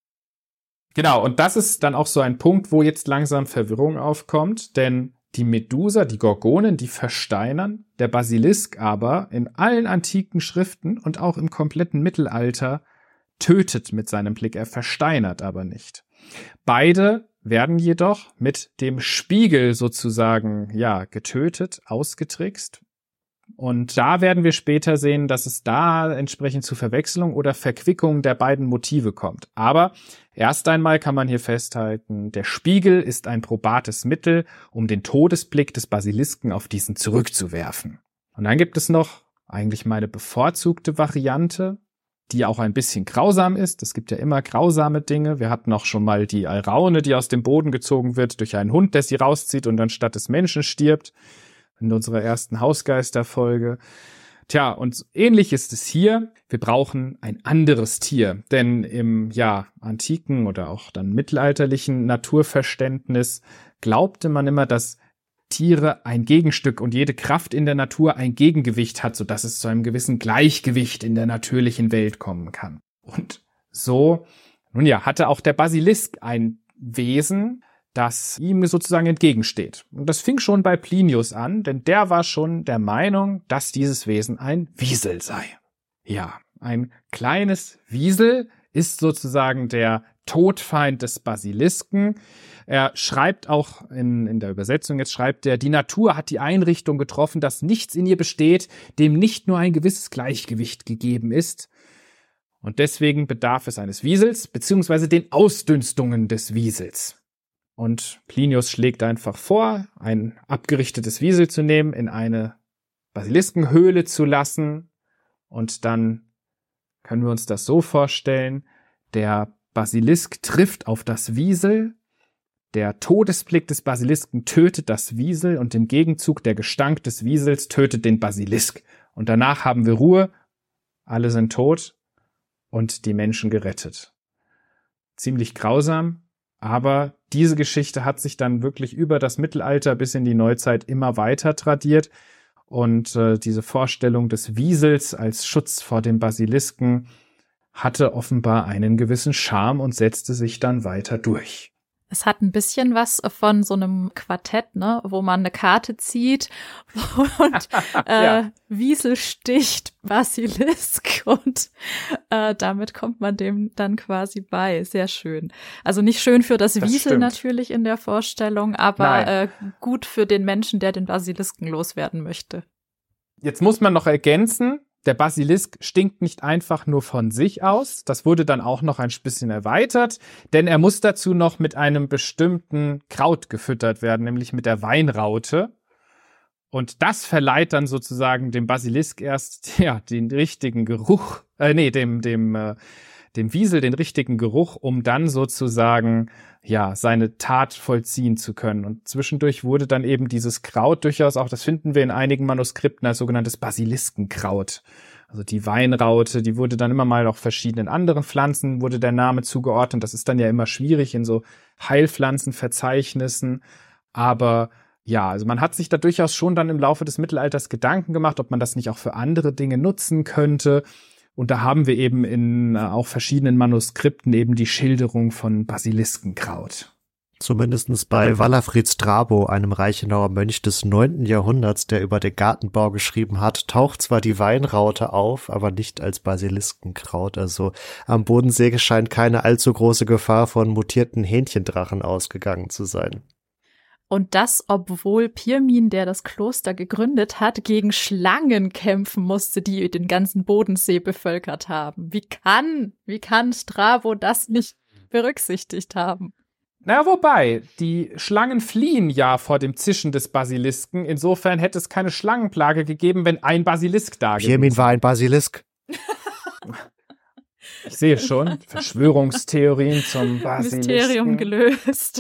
Genau, und das ist dann auch so ein Punkt, wo jetzt langsam Verwirrung aufkommt, denn die Medusa, die Gorgonen, die versteinern, der Basilisk aber in allen antiken Schriften und auch im kompletten Mittelalter tötet mit seinem Blick, er versteinert aber nicht. Beide werden jedoch mit dem Spiegel sozusagen, ja, getötet, ausgetrickst. Und da werden wir später sehen, dass es da entsprechend zu Verwechslung oder Verquickung der beiden Motive kommt. Aber erst einmal kann man hier festhalten, der Spiegel ist ein probates Mittel, um den Todesblick des Basilisken auf diesen zurückzuwerfen. Und dann gibt es noch eigentlich meine bevorzugte Variante, die auch ein bisschen grausam ist. Es gibt ja immer grausame Dinge. Wir hatten auch schon mal die Alraune, die aus dem Boden gezogen wird durch einen Hund, der sie rauszieht und dann statt des Menschen stirbt. In unserer ersten Hausgeisterfolge. Tja, und ähnlich ist es hier. Wir brauchen ein anderes Tier, denn im, ja, antiken oder auch dann mittelalterlichen Naturverständnis glaubte man immer, dass Tiere ein Gegenstück und jede Kraft in der Natur ein Gegengewicht hat, sodass es zu einem gewissen Gleichgewicht in der natürlichen Welt kommen kann. Und so, nun ja, hatte auch der Basilisk ein Wesen, das ihm sozusagen entgegensteht. Und das fing schon bei Plinius an, denn der war schon der Meinung, dass dieses Wesen ein Wiesel sei. Ja, ein kleines Wiesel ist sozusagen der Todfeind des Basilisken. Er schreibt auch in, in der Übersetzung, jetzt schreibt er, die Natur hat die Einrichtung getroffen, dass nichts in ihr besteht, dem nicht nur ein gewisses Gleichgewicht gegeben ist. Und deswegen bedarf es eines Wiesels, beziehungsweise den Ausdünstungen des Wiesels. Und Plinius schlägt einfach vor, ein abgerichtetes Wiesel zu nehmen, in eine Basiliskenhöhle zu lassen. Und dann können wir uns das so vorstellen, der Basilisk trifft auf das Wiesel, der Todesblick des Basilisken tötet das Wiesel und im Gegenzug der Gestank des Wiesels tötet den Basilisk. Und danach haben wir Ruhe, alle sind tot und die Menschen gerettet. Ziemlich grausam, aber diese Geschichte hat sich dann wirklich über das Mittelalter bis in die Neuzeit immer weiter tradiert. Und äh, diese Vorstellung des Wiesels als Schutz vor dem Basilisken hatte offenbar einen gewissen Charme und setzte sich dann weiter durch. Es hat ein bisschen was von so einem Quartett, ne, wo man eine Karte zieht und äh, ja. Wiesel sticht Basilisk und äh, damit kommt man dem dann quasi bei. Sehr schön. Also nicht schön für das, das Wiesel stimmt. natürlich in der Vorstellung, aber äh, gut für den Menschen, der den Basilisken loswerden möchte. Jetzt muss man noch ergänzen, der Basilisk stinkt nicht einfach nur von sich aus. Das wurde dann auch noch ein bisschen erweitert, denn er muss dazu noch mit einem bestimmten Kraut gefüttert werden, nämlich mit der Weinraute. Und das verleiht dann sozusagen dem Basilisk erst ja den richtigen Geruch, äh, nee, dem dem äh, dem Wiesel den richtigen Geruch, um dann sozusagen ja seine Tat vollziehen zu können. Und zwischendurch wurde dann eben dieses Kraut durchaus auch, das finden wir in einigen Manuskripten als sogenanntes Basiliskenkraut. Also die Weinraute, die wurde dann immer mal auch verschiedenen anderen Pflanzen, wurde der Name zugeordnet. Das ist dann ja immer schwierig in so Heilpflanzenverzeichnissen. Aber ja, also man hat sich da durchaus schon dann im Laufe des Mittelalters Gedanken gemacht, ob man das nicht auch für andere Dinge nutzen könnte. Und da haben wir eben in äh, auch verschiedenen Manuskripten eben die Schilderung von Basiliskenkraut. Zumindest bei Wallafrid Strabo, einem Reichenauer Mönch des neunten Jahrhunderts, der über den Gartenbau geschrieben hat, taucht zwar die Weinraute auf, aber nicht als Basiliskenkraut. Also am Bodensee scheint keine allzu große Gefahr von mutierten Hähnchendrachen ausgegangen zu sein. Und das, obwohl Pirmin, der das Kloster gegründet hat, gegen Schlangen kämpfen musste, die den ganzen Bodensee bevölkert haben. Wie kann, wie kann Strabo das nicht berücksichtigt haben? Na, wobei, die Schlangen fliehen ja vor dem Zischen des Basilisken. Insofern hätte es keine Schlangenplage gegeben, wenn ein Basilisk da gewesen wäre. Pirmin war ein Basilisk. Ich sehe schon, Verschwörungstheorien zum Basilisken. Mysterium gelöst.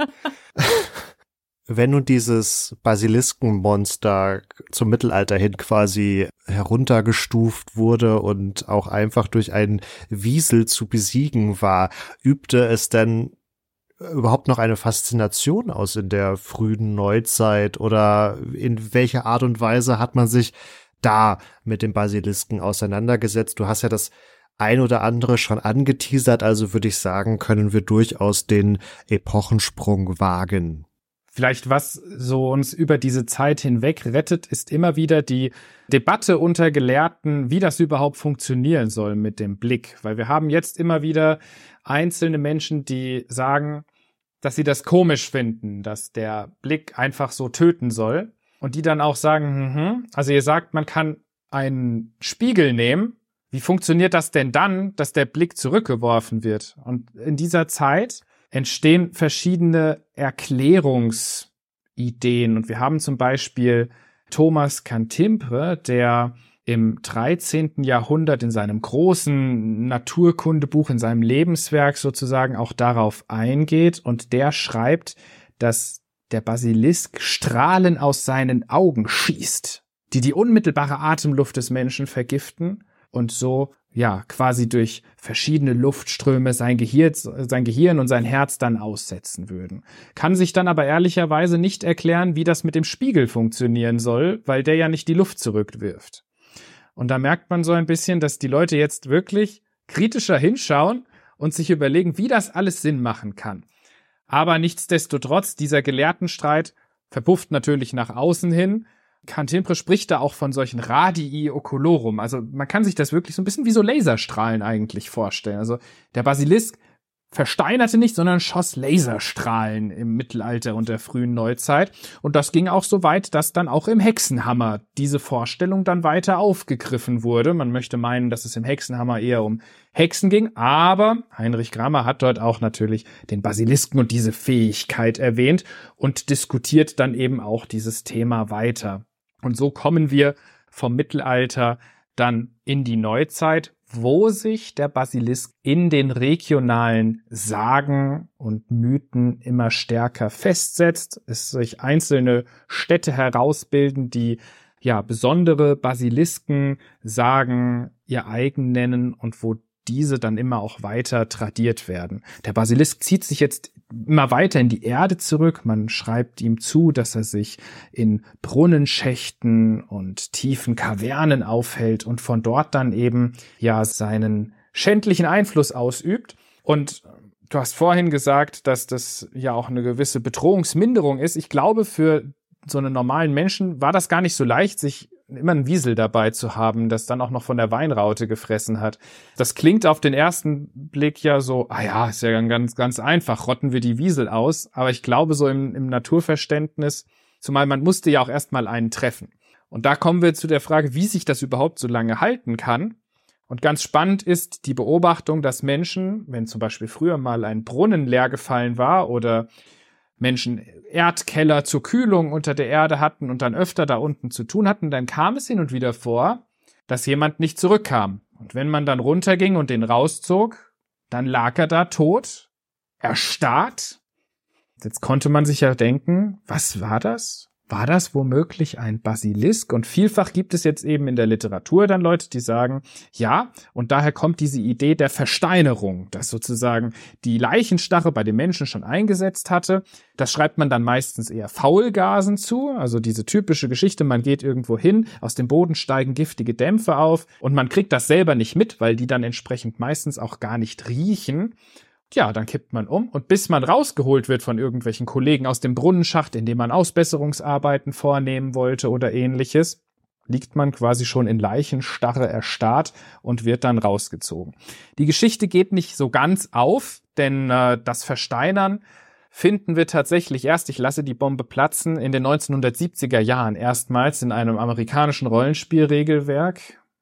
Wenn nun dieses Basiliskenmonster zum Mittelalter hin quasi heruntergestuft wurde und auch einfach durch einen Wiesel zu besiegen war, übte es denn überhaupt noch eine Faszination aus in der frühen Neuzeit oder in welcher Art und Weise hat man sich da mit dem Basilisken auseinandergesetzt? Du hast ja das ein oder andere schon angeteasert, also würde ich sagen, können wir durchaus den Epochensprung wagen. Vielleicht was so uns über diese Zeit hinweg rettet, ist immer wieder die Debatte unter Gelehrten, wie das überhaupt funktionieren soll mit dem Blick. Weil wir haben jetzt immer wieder einzelne Menschen, die sagen, dass sie das komisch finden, dass der Blick einfach so töten soll. Und die dann auch sagen, hm, also ihr sagt, man kann einen Spiegel nehmen. Wie funktioniert das denn dann, dass der Blick zurückgeworfen wird? Und in dieser Zeit entstehen verschiedene Erklärungsideen. Und wir haben zum Beispiel Thomas Cantimpré, der im dreizehnten Jahrhundert in seinem großen Naturkundebuch, in seinem Lebenswerk sozusagen auch darauf eingeht. Und der schreibt, dass der Basilisk Strahlen aus seinen Augen schießt, die die unmittelbare Atemluft des Menschen vergiften und so ja, quasi durch verschiedene Luftströme sein Gehirn, sein Gehirn und sein Herz dann aussetzen würden. Kann sich dann aber ehrlicherweise nicht erklären, wie das mit dem Spiegel funktionieren soll, weil der ja nicht die Luft zurückwirft. Und da merkt man so ein bisschen, dass die Leute jetzt wirklich kritischer hinschauen und sich überlegen, wie das alles Sinn machen kann. Aber nichtsdestotrotz, dieser Gelehrtenstreit verpufft natürlich nach außen hin. Cantimpré spricht da auch von solchen Radii Oculorum. Also man kann sich das wirklich so ein bisschen wie so Laserstrahlen eigentlich vorstellen. Also der Basilisk versteinerte nicht, sondern schoss Laserstrahlen im Mittelalter und der frühen Neuzeit. Und das ging auch so weit, dass dann auch im Hexenhammer diese Vorstellung dann weiter aufgegriffen wurde. Man möchte meinen, dass es im Hexenhammer eher um Hexen ging, aber Heinrich Grammer hat dort auch natürlich den Basilisken und diese Fähigkeit erwähnt und diskutiert dann eben auch dieses Thema weiter. Und so kommen wir vom Mittelalter dann in die Neuzeit, wo sich der Basilisk in den regionalen Sagen und Mythen immer stärker festsetzt, es sich einzelne Städte herausbilden, die ja besondere Basilisken-Sagen ihr eigen nennen und wo diese dann immer auch weiter tradiert werden. Der Basilisk zieht sich jetzt immer weiter in die Erde zurück. Man schreibt ihm zu, dass er sich in Brunnenschächten und tiefen Kavernen aufhält und von dort dann eben ja seinen schändlichen Einfluss ausübt. Und du hast vorhin gesagt, dass das ja auch eine gewisse Bedrohungsminderung ist. Ich glaube, für so einen normalen Menschen war das gar nicht so leicht, sich immer ein Wiesel dabei zu haben, das dann auch noch von der Weinraute gefressen hat. Das klingt auf den ersten Blick ja so, ah ja, ist ja ganz, ganz einfach, rotten wir die Wiesel aus. Aber ich glaube, so im, im Naturverständnis, zumal man musste ja auch erstmal einen treffen. Und da kommen wir zu der Frage, wie sich das überhaupt so lange halten kann. Und ganz spannend ist die Beobachtung, dass Menschen, wenn zum Beispiel früher mal ein Brunnen leer gefallen war oder Menschen Erdkeller zur Kühlung unter der Erde hatten und dann öfter da unten zu tun hatten, dann kam es hin und wieder vor, dass jemand nicht zurückkam. Und wenn man dann runterging und den rauszog, dann lag er da tot, erstarrt. Jetzt konnte man sich ja denken, was war das? War das womöglich ein Basilisk? Und vielfach gibt es jetzt eben in der Literatur dann Leute, die sagen, ja, und daher kommt diese Idee der Versteinerung, dass sozusagen die Leichenstarre bei den Menschen schon eingesetzt hatte. Das schreibt man dann meistens eher Faulgasen zu, also diese typische Geschichte, man geht irgendwo hin, aus dem Boden steigen giftige Dämpfe auf und man kriegt das selber nicht mit, weil die dann entsprechend meistens auch gar nicht riechen. Ja, dann kippt man um und bis man rausgeholt wird von irgendwelchen Kollegen aus dem Brunnenschacht, in dem man Ausbesserungsarbeiten vornehmen wollte oder ähnliches, liegt man quasi schon in Leichenstarre erstarrt und wird dann rausgezogen. Die Geschichte geht nicht so ganz auf, denn äh, das Versteinern finden wir tatsächlich erst, ich lasse die Bombe platzen, in den neunzehnhundertsiebziger Jahren erstmals in einem amerikanischen Rollenspielregelwerk.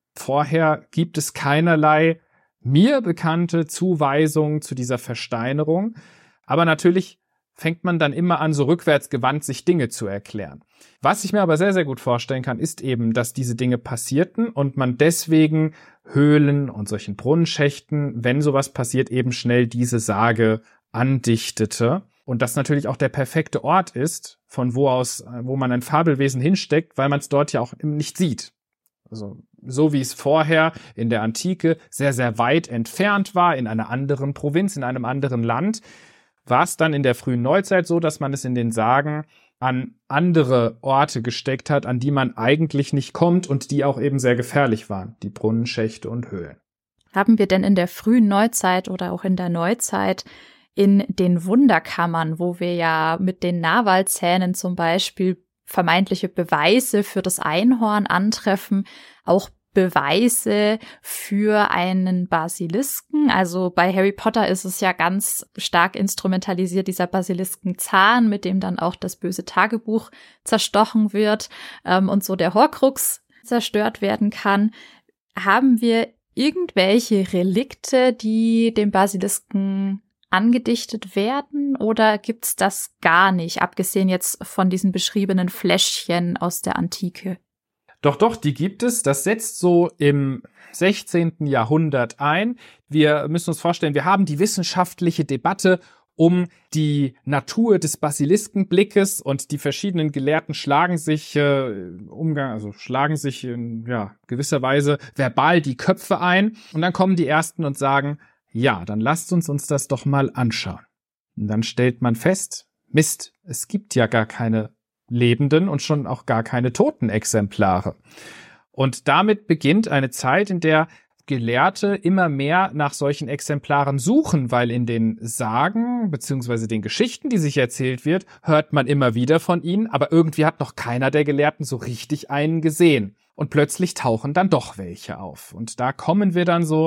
Vorher gibt es keinerlei mir bekannte Zuweisungen zu dieser Versteinerung. Aber natürlich fängt man dann immer an, so rückwärtsgewandt sich Dinge zu erklären. Was ich mir aber sehr, sehr gut vorstellen kann, ist eben, dass diese Dinge passierten und man deswegen Höhlen und solchen Brunnenschächten, wenn sowas passiert, eben schnell diese Sage andichtete. Und das natürlich auch der perfekte Ort ist, von wo aus, wo man ein Fabelwesen hinsteckt, weil man es dort ja auch nicht sieht. Also so wie es vorher in der Antike sehr, sehr weit entfernt war, in einer anderen Provinz, in einem anderen Land, war es dann in der frühen Neuzeit so, dass man es in den Sagen an andere Orte gesteckt hat, an die man eigentlich nicht kommt und die auch eben sehr gefährlich waren, die Brunnenschächte und Höhlen. Haben wir denn in der frühen Neuzeit oder auch in der Neuzeit in den Wunderkammern, wo wir ja mit den Narwalzähnen zum Beispiel vermeintliche Beweise für das Einhorn antreffen, auch Beweise für einen Basilisken? Also bei Harry Potter ist es ja ganz stark instrumentalisiert, dieser Basiliskenzahn, mit dem dann auch das böse Tagebuch zerstochen wird ähm, und so der Horcrux zerstört werden kann. Haben wir irgendwelche Relikte, die dem Basilisken angedichtet werden, oder gibt's das gar nicht, abgesehen jetzt von diesen beschriebenen Fläschchen aus der Antike? Doch, doch, die gibt es. Das setzt so im sechzehnten Jahrhundert ein. Wir müssen uns vorstellen, wir haben die wissenschaftliche Debatte um die Natur des Basiliskenblickes und die verschiedenen Gelehrten schlagen sich äh, Umgang, also schlagen sich in ja, gewisser Weise verbal die Köpfe ein und dann kommen die Ersten und sagen, ja, dann lasst uns uns das doch mal anschauen. Und dann stellt man fest, Mist, es gibt ja gar keine lebenden und schon auch gar keine toten Exemplare. Und damit beginnt eine Zeit, in der Gelehrte immer mehr nach solchen Exemplaren suchen, weil in den Sagen beziehungsweise den Geschichten, die sich erzählt wird, hört man immer wieder von ihnen, aber irgendwie hat noch keiner der Gelehrten so richtig einen gesehen. Und plötzlich tauchen dann doch welche auf. Und da kommen wir dann so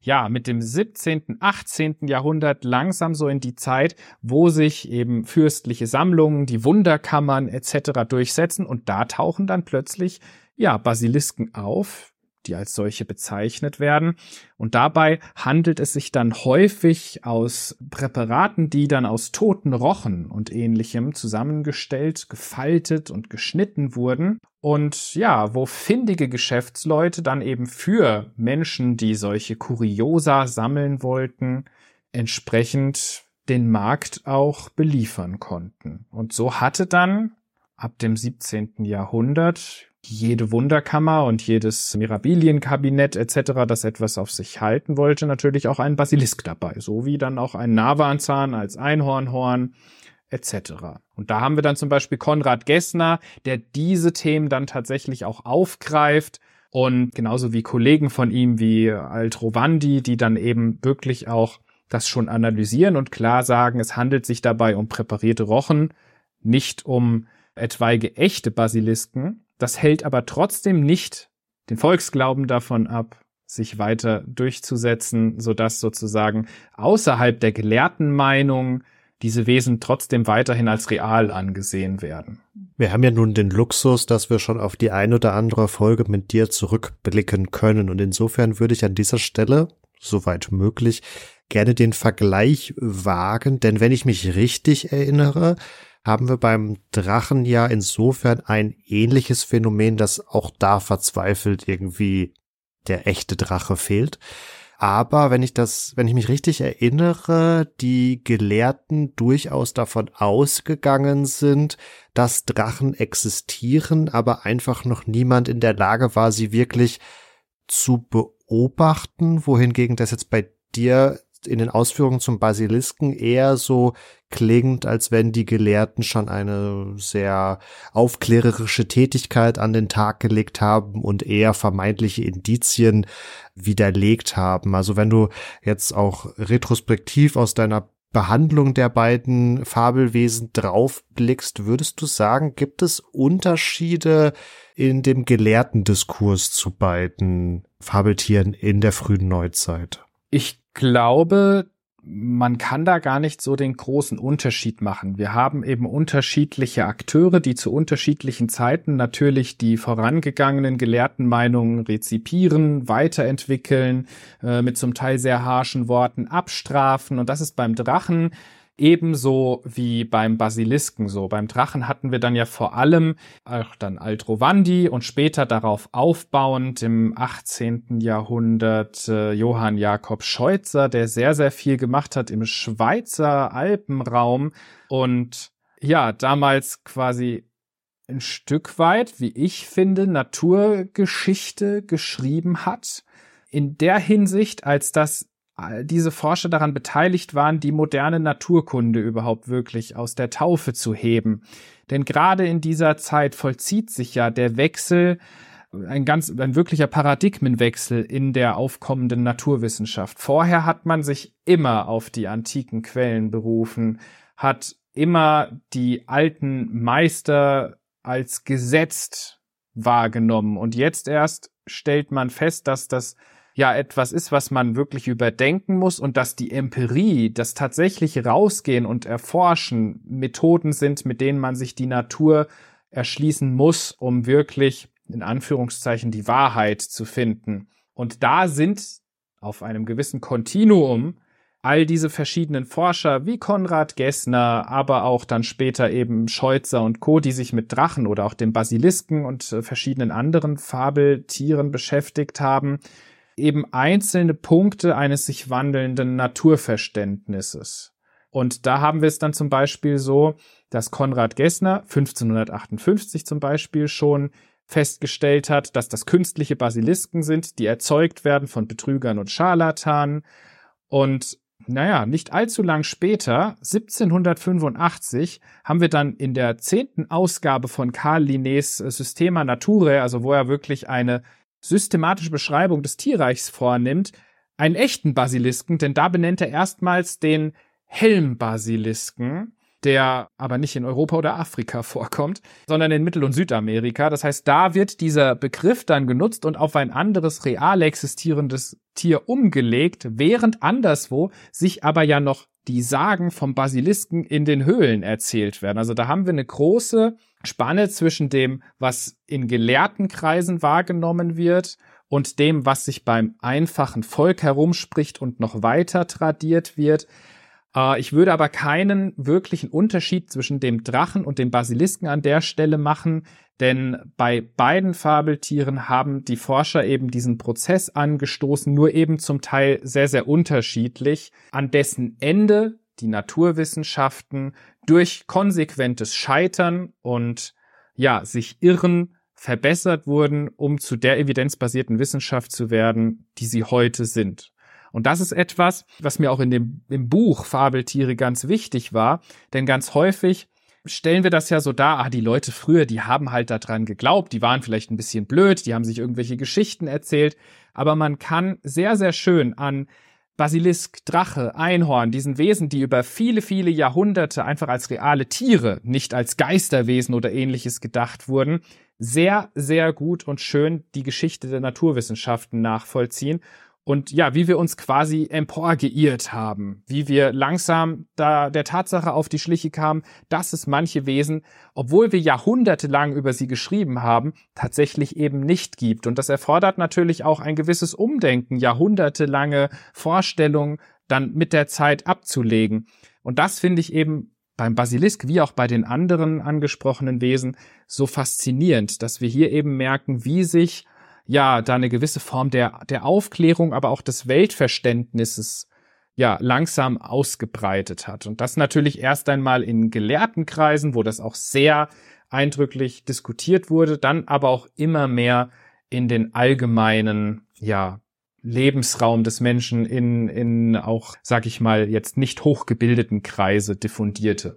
ja, mit dem siebzehnten, achtzehnten Jahrhundert langsam so in die Zeit, wo sich eben fürstliche Sammlungen, die Wunderkammern et cetera durchsetzen und da tauchen dann plötzlich, ja, Basilisken auf, die als solche bezeichnet werden. Und dabei handelt es sich dann häufig aus Präparaten, die dann aus toten Rochen und Ähnlichem zusammengestellt, gefaltet und geschnitten wurden. Und ja, wo findige Geschäftsleute dann eben für Menschen, die solche Kuriosa sammeln wollten, entsprechend den Markt auch beliefern konnten. Und so hatte dann ab dem siebzehnten Jahrhundert jede Wunderkammer und jedes Mirabilienkabinett et cetera, das etwas auf sich halten wollte, natürlich auch einen Basilisk dabei, so wie dann auch ein Narwanzahn als Einhornhorn et cetera. Und da haben wir dann zum Beispiel Konrad Gessner, der diese Themen dann tatsächlich auch aufgreift und genauso wie Kollegen von ihm wie Aldrovandi, die dann eben wirklich auch das schon analysieren und klar sagen, es handelt sich dabei um präparierte Rochen, nicht um etwaige echte Basilisken. Das hält aber trotzdem nicht den Volksglauben davon ab, sich weiter durchzusetzen, sodass sozusagen außerhalb der gelehrten Meinung diese Wesen trotzdem weiterhin als real angesehen werden. Wir haben ja nun den Luxus, dass wir schon auf die ein oder andere Folge mit dir zurückblicken können. Und insofern würde ich an dieser Stelle, soweit möglich, gerne den Vergleich wagen. Denn wenn ich mich richtig erinnere, haben wir beim Drachen ja insofern ein ähnliches Phänomen, dass auch da verzweifelt irgendwie der echte Drache fehlt. Aber wenn ich das, wenn ich mich richtig erinnere, die Gelehrten durchaus davon ausgegangen sind, dass Drachen existieren, aber einfach noch niemand in der Lage war, sie wirklich zu beobachten, wohingegen das jetzt bei dir in den Ausführungen zum Basilisken eher so klingt, als wenn die Gelehrten schon eine sehr aufklärerische Tätigkeit an den Tag gelegt haben und eher vermeintliche Indizien widerlegt haben. Also wenn du jetzt auch retrospektiv aus deiner Behandlung der beiden Fabelwesen draufblickst, würdest du sagen, gibt es Unterschiede in dem Gelehrtendiskurs zu beiden Fabeltieren in der frühen Neuzeit? Ich glaube, man kann da gar nicht so den großen Unterschied machen. Wir haben eben unterschiedliche Akteure, die zu unterschiedlichen Zeiten natürlich die vorangegangenen gelehrten Meinungen rezipieren, weiterentwickeln, äh, mit zum Teil sehr harschen Worten abstrafen. Und das ist beim Drachen ebenso wie beim Basilisken so. Beim Drachen hatten wir dann ja vor allem auch dann Aldrovandi und später darauf aufbauend im achtzehnten Jahrhundert äh, Johann Jakob Scheutzer, der sehr, sehr viel gemacht hat im Schweizer Alpenraum und ja, damals quasi ein Stück weit, wie ich finde, Naturgeschichte geschrieben hat. In der Hinsicht, als dass diese Forscher daran beteiligt waren, die moderne Naturkunde überhaupt wirklich aus der Taufe zu heben. Denn gerade in dieser Zeit vollzieht sich ja der Wechsel, ein ganz, ein wirklicher Paradigmenwechsel in der aufkommenden Naturwissenschaft. Vorher hat man sich immer auf die antiken Quellen berufen, hat immer die alten Meister als gesetzt wahrgenommen. Und jetzt erst stellt man fest, dass das ja etwas ist, was man wirklich überdenken muss und dass die Empirie, das tatsächliche Rausgehen und Erforschen Methoden sind, mit denen man sich die Natur erschließen muss, um wirklich in Anführungszeichen die Wahrheit zu finden. Und da sind auf einem gewissen Kontinuum all diese verschiedenen Forscher wie Konrad Gessner, aber auch dann später eben Scheutzer und Co., die sich mit Drachen oder auch dem Basilisken und äh, verschiedenen anderen Fabeltieren beschäftigt haben, eben einzelne Punkte eines sich wandelnden Naturverständnisses. Und da haben wir es dann zum Beispiel so, dass Konrad Gessner fünfzehnhundertachtundfünfzig zum Beispiel schon festgestellt hat, dass das künstliche Basilisken sind, die erzeugt werden von Betrügern und Scharlatanen. Und naja, nicht allzu lang später, siebzehnhundertfünfundachtzig, haben wir dann in der zehnten Ausgabe von Carl Linnés Systema Naturae, also wo er wirklich eine systematische Beschreibung des Tierreichs vornimmt, einen echten Basilisken, denn da benennt er erstmals den Helmbasilisken. der aber nicht in Europa oder Afrika vorkommt, sondern in Mittel- und Südamerika. Das heißt, da wird dieser Begriff dann genutzt und auf ein anderes real existierendes Tier umgelegt, während anderswo sich aber ja noch die Sagen vom Basilisken in den Höhlen erzählt werden. Also da haben wir eine große Spanne zwischen dem, was in gelehrten Kreisen wahrgenommen wird, und dem, was sich beim einfachen Volk herumspricht und noch weiter tradiert wird. Äh, ich würde aber keinen wirklichen Unterschied zwischen dem Drachen und dem Basilisken an der Stelle machen, denn bei beiden Fabeltieren haben die Forscher eben diesen Prozess angestoßen, nur eben zum Teil sehr, sehr unterschiedlich, an dessen Ende die Naturwissenschaften durch konsequentes Scheitern und ja, sich irren, verbessert wurden, um zu der evidenzbasierten Wissenschaft zu werden, die sie heute sind. Und das ist etwas, was mir auch in dem im Buch Fabeltiere ganz wichtig war, denn ganz häufig stellen wir das ja so dar, ah, die Leute früher, die haben halt daran geglaubt, die waren vielleicht ein bisschen blöd, die haben sich irgendwelche Geschichten erzählt, aber man kann sehr, sehr schön an Basilisk, Drache, Einhorn, diesen Wesen, die über viele, viele Jahrhunderte einfach als reale Tiere, nicht als Geisterwesen oder ähnliches gedacht wurden, sehr, sehr gut und schön die Geschichte der Naturwissenschaften nachvollziehen. Und ja, wie wir uns quasi emporgeirrt haben, wie wir langsam da der Tatsache auf die Schliche kamen, dass es manche Wesen, obwohl wir jahrhundertelang über sie geschrieben haben, tatsächlich eben nicht gibt. Und das erfordert natürlich auch ein gewisses Umdenken, jahrhundertelange Vorstellungen dann mit der Zeit abzulegen. Und das finde ich eben beim Basilisk wie auch bei den anderen angesprochenen Wesen so faszinierend, dass wir hier eben merken, wie sich ja da eine gewisse Form der der Aufklärung, aber auch des Weltverständnisses ja langsam ausgebreitet hat. Und das natürlich erst einmal in gelehrten Kreisen, wo das auch sehr eindrücklich diskutiert wurde, dann aber auch immer mehr in den allgemeinen ja Lebensraum des Menschen in in auch, sag ich mal, jetzt nicht hochgebildeten Kreise diffundierte.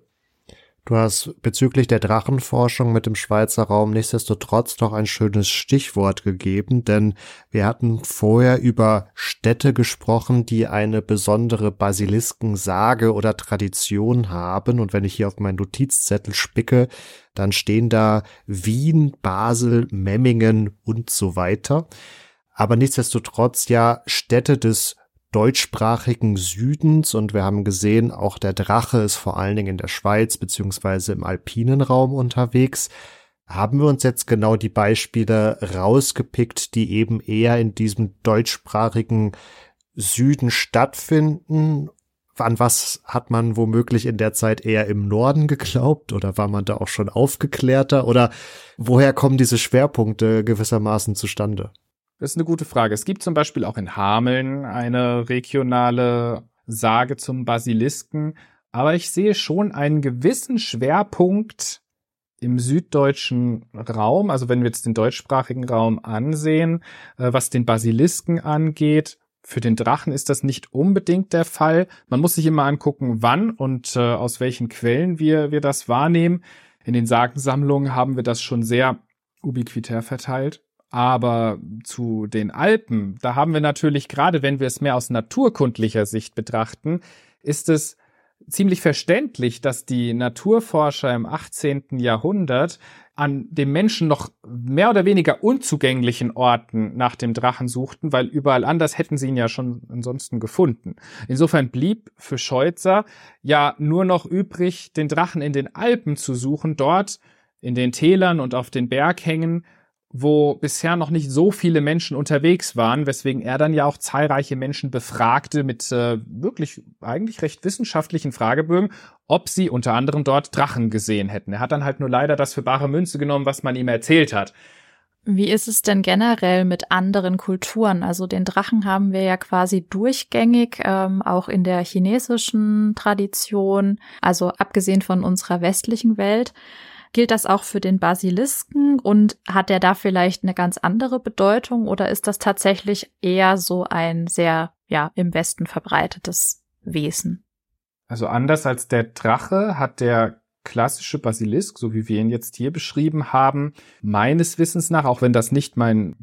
Du hast bezüglich der Drachenforschung mit dem Schweizer Raum nichtsdestotrotz doch ein schönes Stichwort gegeben, denn wir hatten vorher über Städte gesprochen, die eine besondere Basiliskensage oder Tradition haben, und wenn ich hier auf meinen Notizzettel spicke, dann stehen da Wien, Basel, Memmingen und so weiter. Aber nichtsdestotrotz ja Städte des deutschsprachigen Südens, und wir haben gesehen, auch der Drache ist vor allen Dingen in der Schweiz beziehungsweise im alpinen Raum unterwegs. Haben wir uns jetzt genau die Beispiele rausgepickt, die eben eher in diesem deutschsprachigen Süden stattfinden? An was hat man womöglich in der Zeit eher im Norden geglaubt, oder war man da auch schon aufgeklärter, oder woher kommen diese Schwerpunkte gewissermaßen zustande? Das ist eine gute Frage. Es gibt zum Beispiel auch in Hameln eine regionale Sage zum Basilisken, aber ich sehe schon einen gewissen Schwerpunkt im süddeutschen Raum, also wenn wir jetzt den deutschsprachigen Raum ansehen, was den Basilisken angeht. Für den Drachen ist das nicht unbedingt der Fall. Man muss sich immer angucken, wann und äh, aus welchen Quellen wir, wir das wahrnehmen. In den Sagensammlungen haben wir das schon sehr ubiquitär verteilt. Aber zu den Alpen, da haben wir natürlich, gerade wenn wir es mehr aus naturkundlicher Sicht betrachten, ist es ziemlich verständlich, dass die Naturforscher im achtzehnten Jahrhundert an dem Menschen noch mehr oder weniger unzugänglichen Orten nach dem Drachen suchten, weil überall anders hätten sie ihn ja schon ansonsten gefunden. Insofern blieb für Scheutzer ja nur noch übrig, den Drachen in den Alpen zu suchen, dort in den Tälern und auf den Berghängen, wo bisher noch nicht so viele Menschen unterwegs waren, weswegen er dann ja auch zahlreiche Menschen befragte mit äh, wirklich eigentlich recht wissenschaftlichen Fragebögen, ob sie unter anderem dort Drachen gesehen hätten. Er hat dann halt nur leider das für bare Münze genommen, was man ihm erzählt hat. Wie ist es denn generell mit anderen Kulturen? Also den Drachen haben wir ja quasi durchgängig, ähm, auch in der chinesischen Tradition, also abgesehen von unserer westlichen Welt. Gilt das auch für den Basilisken, und hat der da vielleicht eine ganz andere Bedeutung, oder ist das tatsächlich eher so ein sehr, ja, im Westen verbreitetes Wesen? Also anders als der Drache hat der klassische Basilisk, so wie wir ihn jetzt hier beschrieben haben, meines Wissens nach, auch wenn das nicht mein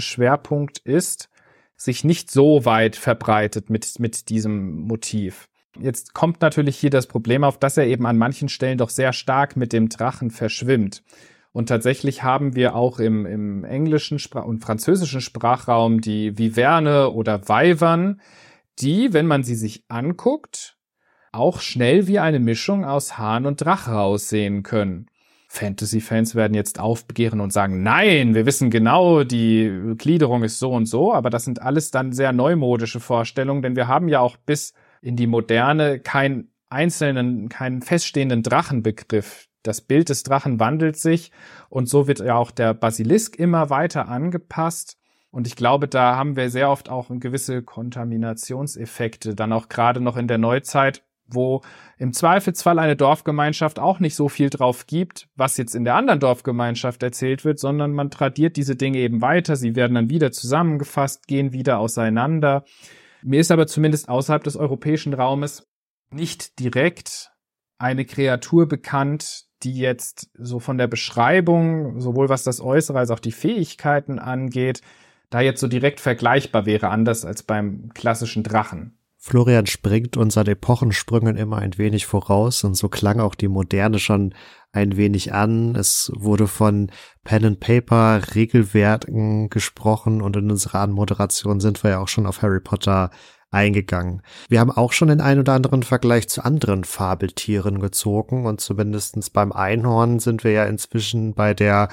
Rechercheschwerpunkt ist, sich nicht so weit verbreitet mit, mit diesem Motiv. Jetzt kommt natürlich hier das Problem auf, dass er eben an manchen Stellen doch sehr stark mit dem Drachen verschwimmt. Und tatsächlich haben wir auch im, im englischen Sprach- und französischen Sprachraum die Viverne oder Weivern, die, wenn man sie sich anguckt, auch schnell wie eine Mischung aus Hahn und Drache aussehen können. Fantasy-Fans werden jetzt aufbegehren und sagen, nein, wir wissen genau, die Gliederung ist so und so, aber das sind alles dann sehr neumodische Vorstellungen, denn wir haben ja auch bis in die Moderne keinen einzelnen, keinen feststehenden Drachenbegriff. Das Bild des Drachen wandelt sich und so wird ja auch der Basilisk immer weiter angepasst. Und ich glaube, da haben wir sehr oft auch gewisse Kontaminationseffekte, dann auch gerade noch in der Neuzeit, wo im Zweifelsfall eine Dorfgemeinschaft auch nicht so viel drauf gibt, was jetzt in der anderen Dorfgemeinschaft erzählt wird, sondern man tradiert diese Dinge eben weiter. Sie werden dann wieder zusammengefasst, gehen wieder auseinander. Mir ist aber zumindest außerhalb des europäischen Raumes nicht direkt eine Kreatur bekannt, die jetzt so von der Beschreibung, sowohl was das Äußere als auch die Fähigkeiten angeht, da jetzt so direkt vergleichbar wäre, anders als beim klassischen Drachen. Florian springt unseren Epochensprüngen immer ein wenig voraus und so klang auch die Moderne schon ein wenig an. Es wurde von Pen and Paper Regelwerken gesprochen und in unserer Anmoderation sind wir ja auch schon auf Harry Potter eingegangen. Wir haben auch schon den ein oder anderen Vergleich zu anderen Fabeltieren gezogen und zumindestens beim Einhorn sind wir ja inzwischen bei der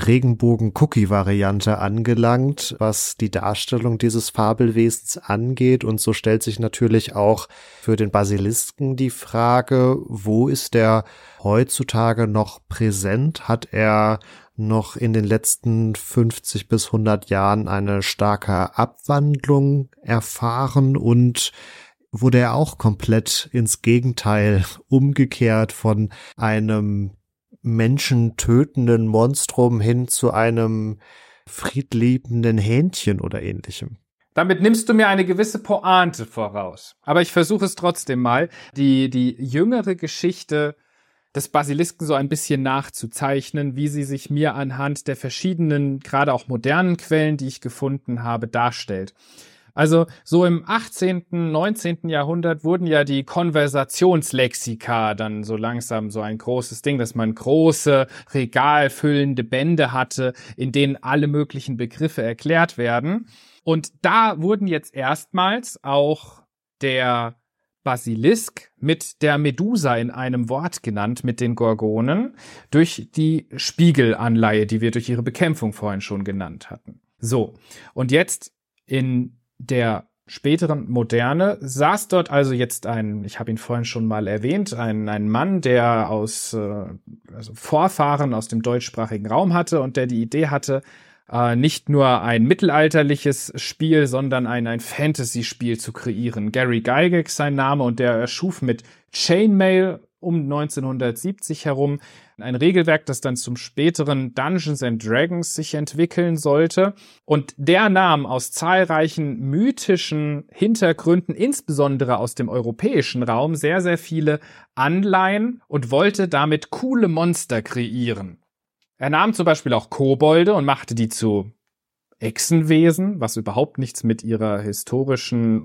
Regenbogen-Cookie-Variante angelangt, was die Darstellung dieses Fabelwesens angeht. Und so stellt sich natürlich auch für den Basilisken die Frage, wo ist der heutzutage noch präsent? Hat er noch in den letzten fünfzig bis hundert Jahren eine starke Abwandlung erfahren und wurde er auch komplett ins Gegenteil umgekehrt von einem menschentötenden Monstrum hin zu einem friedliebenden Hähnchen oder ähnlichem? Damit nimmst du mir eine gewisse Pointe voraus. Aber ich versuche es trotzdem mal, die, die jüngere Geschichte des Basilisken so ein bisschen nachzuzeichnen, wie sie sich mir anhand der verschiedenen, gerade auch modernen Quellen, die ich gefunden habe, darstellt. Also so im achtzehnten, neunzehnten Jahrhundert wurden ja die Konversationslexika dann so langsam so ein großes Ding, dass man große, regalfüllende Bände hatte, in denen alle möglichen Begriffe erklärt werden. Und da wurden jetzt erstmals auch der Basilisk mit der Medusa in einem Wort genannt, mit den Gorgonen, durch die Spiegelanleihe, die wir durch ihre Bekämpfung vorhin schon genannt hatten. So, und jetzt in der späteren Moderne saß dort also jetzt ein, ich habe ihn vorhin schon mal erwähnt, ein, ein Mann, der aus äh, also Vorfahren aus dem deutschsprachigen Raum hatte und der die Idee hatte, Äh, nicht nur ein mittelalterliches Spiel, sondern ein, ein Fantasy-Spiel zu kreieren. Gary Gygax sein Name und der erschuf mit Chainmail um neunzehnhundertsiebzig herum ein Regelwerk, das dann zum späteren Dungeons and Dragons sich entwickeln sollte. Und der nahm aus zahlreichen mythischen Hintergründen, insbesondere aus dem europäischen Raum, sehr, sehr viele Anleihen und wollte damit coole Monster kreieren. Er nahm zum Beispiel auch Kobolde und machte die zu Echsenwesen, was überhaupt nichts mit ihrer historischen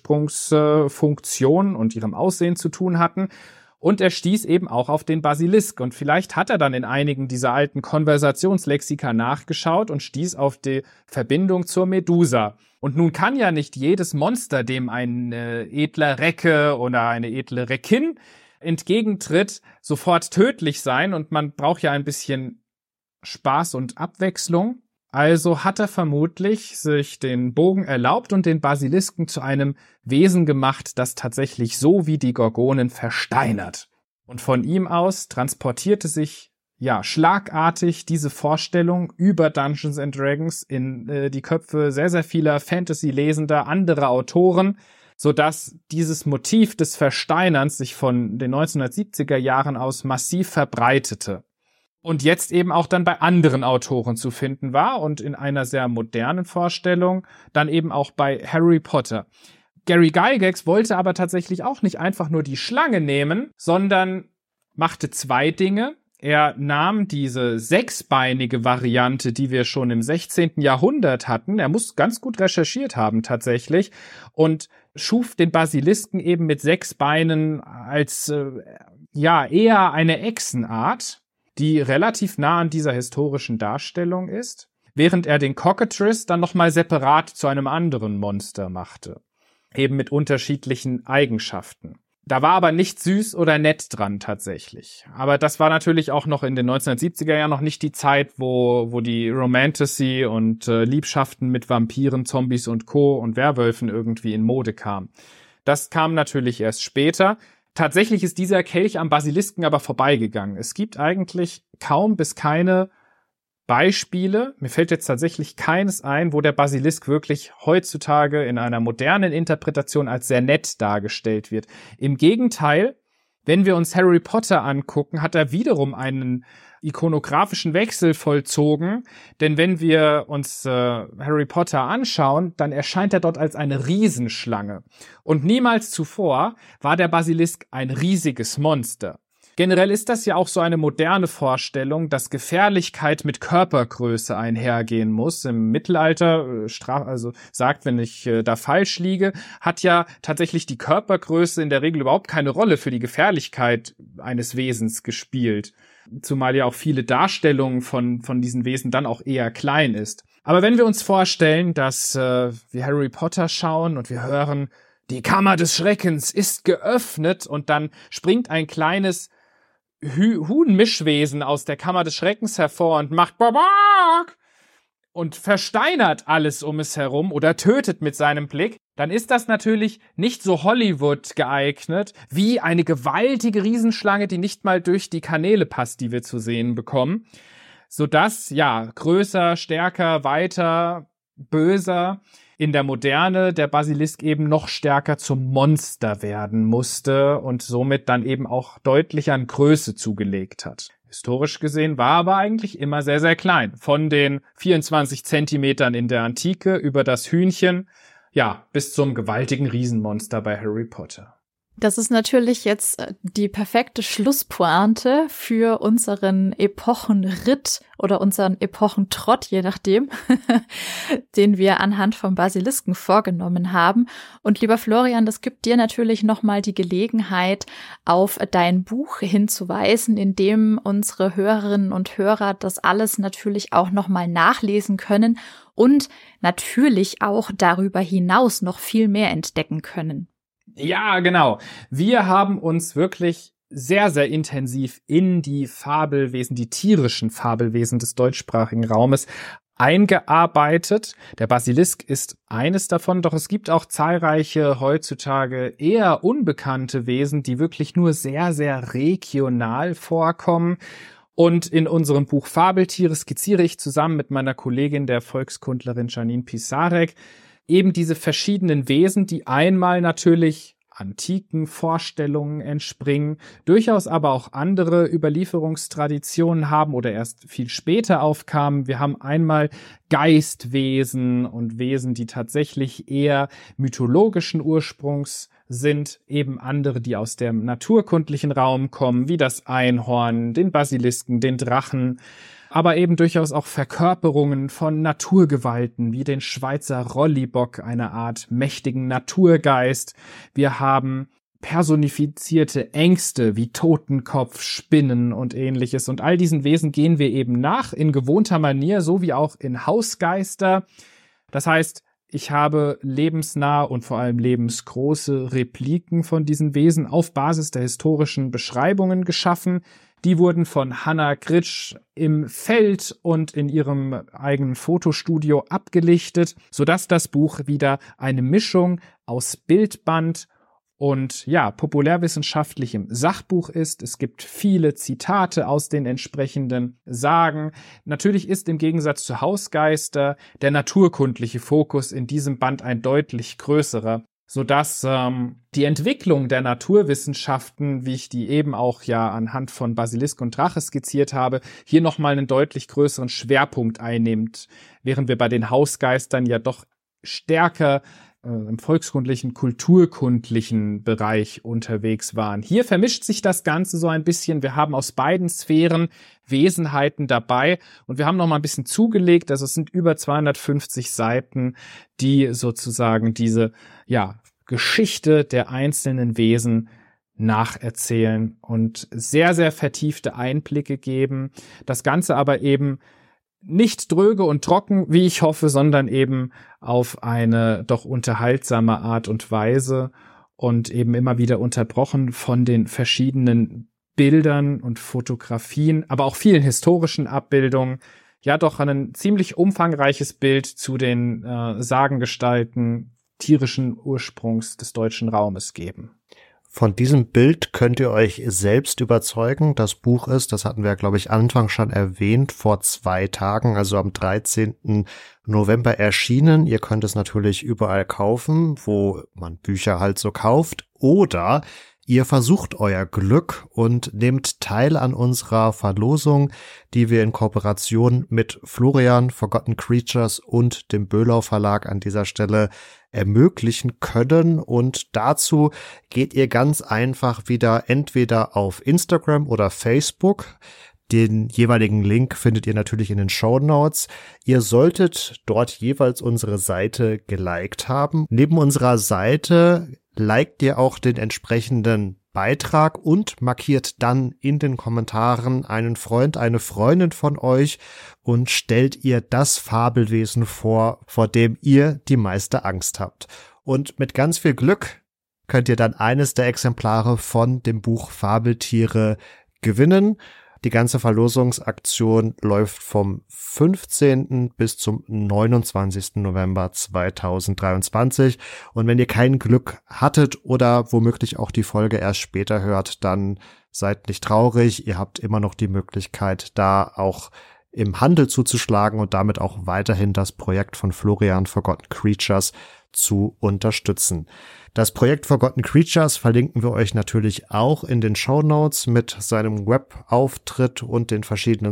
Ursprungsfunktion und ihrem Aussehen zu tun hatten. Und er stieß eben auch auf den Basilisk. Und vielleicht hat er dann in einigen dieser alten Konversationslexika nachgeschaut und stieß auf die Verbindung zur Medusa. Und nun kann ja nicht jedes Monster, dem ein äh, edler Recke oder eine edle Reckin entgegentritt, sofort tödlich sein. Und man braucht ja ein bisschen Spaß und Abwechslung. Also hat er vermutlich sich den Bogen erlaubt und den Basilisken zu einem Wesen gemacht, das tatsächlich so wie die Gorgonen versteinert. Und von ihm aus transportierte sich ja schlagartig diese Vorstellung über Dungeons and Dragons in äh, die Köpfe sehr, sehr vieler Fantasy-Lesender, anderer Autoren, sodass dieses Motiv des Versteinerns sich von den neunzehnhundertsiebziger Jahren aus massiv verbreitete. Und jetzt eben auch dann bei anderen Autoren zu finden war und in einer sehr modernen Vorstellung dann eben auch bei Harry Potter. Gary Gygax wollte aber tatsächlich auch nicht einfach nur die Schlange nehmen, sondern machte zwei Dinge. Er nahm diese sechsbeinige Variante, die wir schon im sechzehnten Jahrhundert hatten. Er muss ganz gut recherchiert haben tatsächlich und schuf den Basilisken eben mit sechs Beinen als äh, ja eher eine Echsenart, die relativ nah an dieser historischen Darstellung ist, während er den Cockatrice dann nochmal separat zu einem anderen Monster machte, eben mit unterschiedlichen Eigenschaften. Da war aber nicht süß oder nett dran tatsächlich. Aber das war natürlich auch noch in den neunzehnhundertsiebziger Jahren noch nicht die Zeit, wo wo die Romantasy und äh, Liebschaften mit Vampiren, Zombies und Co. und Werwölfen irgendwie in Mode kam. Das kam natürlich erst später. Tatsächlich ist dieser Kelch am Basilisken aber vorbeigegangen. Es gibt eigentlich kaum bis keine Beispiele, mir fällt jetzt tatsächlich keines ein, wo der Basilisk wirklich heutzutage in einer modernen Interpretation als sehr nett dargestellt wird. Im Gegenteil, wenn wir uns Harry Potter angucken, hat er wiederum einen ikonografischen Wechsel vollzogen, denn wenn wir uns äh, Harry Potter anschauen, dann erscheint er dort als eine Riesenschlange. Und niemals zuvor war der Basilisk ein riesiges Monster. Generell ist das ja auch so eine moderne Vorstellung, dass Gefährlichkeit mit Körpergröße einhergehen muss. Im Mittelalter, straf, also sagt, wenn ich äh, da falsch liege, hat ja tatsächlich die Körpergröße in der Regel überhaupt keine Rolle für die Gefährlichkeit eines Wesens gespielt. Zumal ja auch viele Darstellungen von von diesen Wesen dann auch eher klein ist. Aber wenn wir uns vorstellen, dass äh, wir Harry Potter schauen und wir hören, die Kammer des Schreckens ist geöffnet und dann springt ein kleines Huhn-Mischwesen aus der Kammer des Schreckens hervor und macht Babak und versteinert alles um es herum oder tötet mit seinem Blick, dann ist das natürlich nicht so Hollywood geeignet wie eine gewaltige Riesenschlange, die nicht mal durch die Kanäle passt, die wir zu sehen bekommen, sodass, ja, größer, stärker, weiter, böser in der Moderne der Basilisk eben noch stärker zum Monster werden musste und somit dann eben auch deutlich an Größe zugelegt hat. Historisch gesehen war aber eigentlich immer sehr, sehr klein. Von den vierundzwanzig Zentimetern in der Antike über das Hühnchen, ja, bis zum gewaltigen Riesenmonster bei Harry Potter. Das ist natürlich jetzt die perfekte Schlusspointe für unseren Epochenritt oder unseren Epochentrott, je nachdem, den wir anhand vom Basilisken vorgenommen haben. Und lieber Florian, das gibt dir natürlich nochmal die Gelegenheit, auf dein Buch hinzuweisen, in dem unsere Hörerinnen und Hörer das alles natürlich auch nochmal nachlesen können und natürlich auch darüber hinaus noch viel mehr entdecken können. Ja, genau. Wir haben uns wirklich sehr, sehr intensiv in die Fabelwesen, die tierischen Fabelwesen des deutschsprachigen Raumes eingearbeitet. Der Basilisk ist eines davon, doch es gibt auch zahlreiche heutzutage eher unbekannte Wesen, die wirklich nur sehr, sehr regional vorkommen. Und in unserem Buch Fabeltiere skizziere ich zusammen mit meiner Kollegin, der Volkskundlerin Janine Pisarek, eben diese verschiedenen Wesen, die einmal natürlich antiken Vorstellungen entspringen, durchaus aber auch andere Überlieferungstraditionen haben oder erst viel später aufkamen. Wir haben einmal Geistwesen und Wesen, die tatsächlich eher mythologischen Ursprungs sind, eben andere, die aus dem naturkundlichen Raum kommen, wie das Einhorn, den Basilisken, den Drachen, aber eben durchaus auch Verkörperungen von Naturgewalten, wie den Schweizer Rollibock, eine Art mächtigen Naturgeist. Wir haben personifizierte Ängste wie Totenkopf, Spinnen und ähnliches. Und all diesen Wesen gehen wir eben nach in gewohnter Manier, so wie auch in Hausgeister. Das heißt, ich habe lebensnahe und vor allem lebensgroße Repliken von diesen Wesen auf Basis der historischen Beschreibungen geschaffen. Die wurden von Hannah Gritsch im Feld und in ihrem eigenen Fotostudio abgelichtet, sodass das Buch wieder eine Mischung aus Bildband und ja, populärwissenschaftlichem Sachbuch ist. Es gibt viele Zitate aus den entsprechenden Sagen. Natürlich ist im Gegensatz zu Hausgeister der naturkundliche Fokus in diesem Band ein deutlich größerer, sodass ähm, die Entwicklung der Naturwissenschaften, wie ich die eben auch ja anhand von Basilisk und Drache skizziert habe, hier nochmal einen deutlich größeren Schwerpunkt einnimmt, während wir bei den Hausgeistern ja doch stärker im volkskundlichen, kulturkundlichen Bereich unterwegs waren. Hier vermischt sich das Ganze so ein bisschen. Wir haben aus beiden Sphären Wesenheiten dabei und wir haben noch mal ein bisschen zugelegt. Also es sind über zweihundertfünfzig Seiten, die sozusagen diese, ja, Geschichte der einzelnen Wesen nacherzählen und sehr, sehr vertiefte Einblicke geben. Das Ganze aber eben nicht dröge und trocken, wie ich hoffe, sondern eben auf eine doch unterhaltsame Art und Weise und eben immer wieder unterbrochen von den verschiedenen Bildern und Fotografien, aber auch vielen historischen Abbildungen. Ja, doch ein ziemlich umfangreiches Bild zu den äh, Sagengestalten tierischen Ursprungs des deutschen Raumes geben. Von diesem Bild könnt ihr euch selbst überzeugen. Das Buch ist, das hatten wir ja, glaube ich, Anfang schon erwähnt, vor zwei Tagen, also am dreizehnten November erschienen. Ihr könnt es natürlich überall kaufen, wo man Bücher halt so kauft. Oder ihr versucht euer Glück und nehmt teil an unserer Verlosung, die wir in Kooperation mit Florian, Forgotten Creatures und dem Böhlau Verlag an dieser Stelle ermöglichen können. Und dazu geht ihr ganz einfach wieder entweder auf Instagram oder Facebook. Den jeweiligen Link findet ihr natürlich in den Shownotes. Ihr solltet dort jeweils unsere Seite geliked haben. Neben unserer Seite liked ihr auch den entsprechenden Beitrag und markiert dann in den Kommentaren einen Freund, eine Freundin von euch und stellt ihr das Fabelwesen vor, vor dem ihr die meiste Angst habt. Und mit ganz viel Glück könnt ihr dann eines der Exemplare von dem Buch Fabeltiere gewinnen. Die ganze Verlosungsaktion läuft vom fünfzehnten bis zum neunundzwanzigsten November zweitausenddreiundzwanzig. Und wenn ihr kein Glück hattet oder womöglich auch die Folge erst später hört, dann seid nicht traurig. Ihr habt immer noch die Möglichkeit, da auch im Handel zuzuschlagen und damit auch weiterhin das Projekt von Florian Forgotten Creatures zu unterstützen. Das Projekt Forgotten Creatures verlinken wir euch natürlich auch in den Shownotes mit seinem Webauftritt und den verschiedenen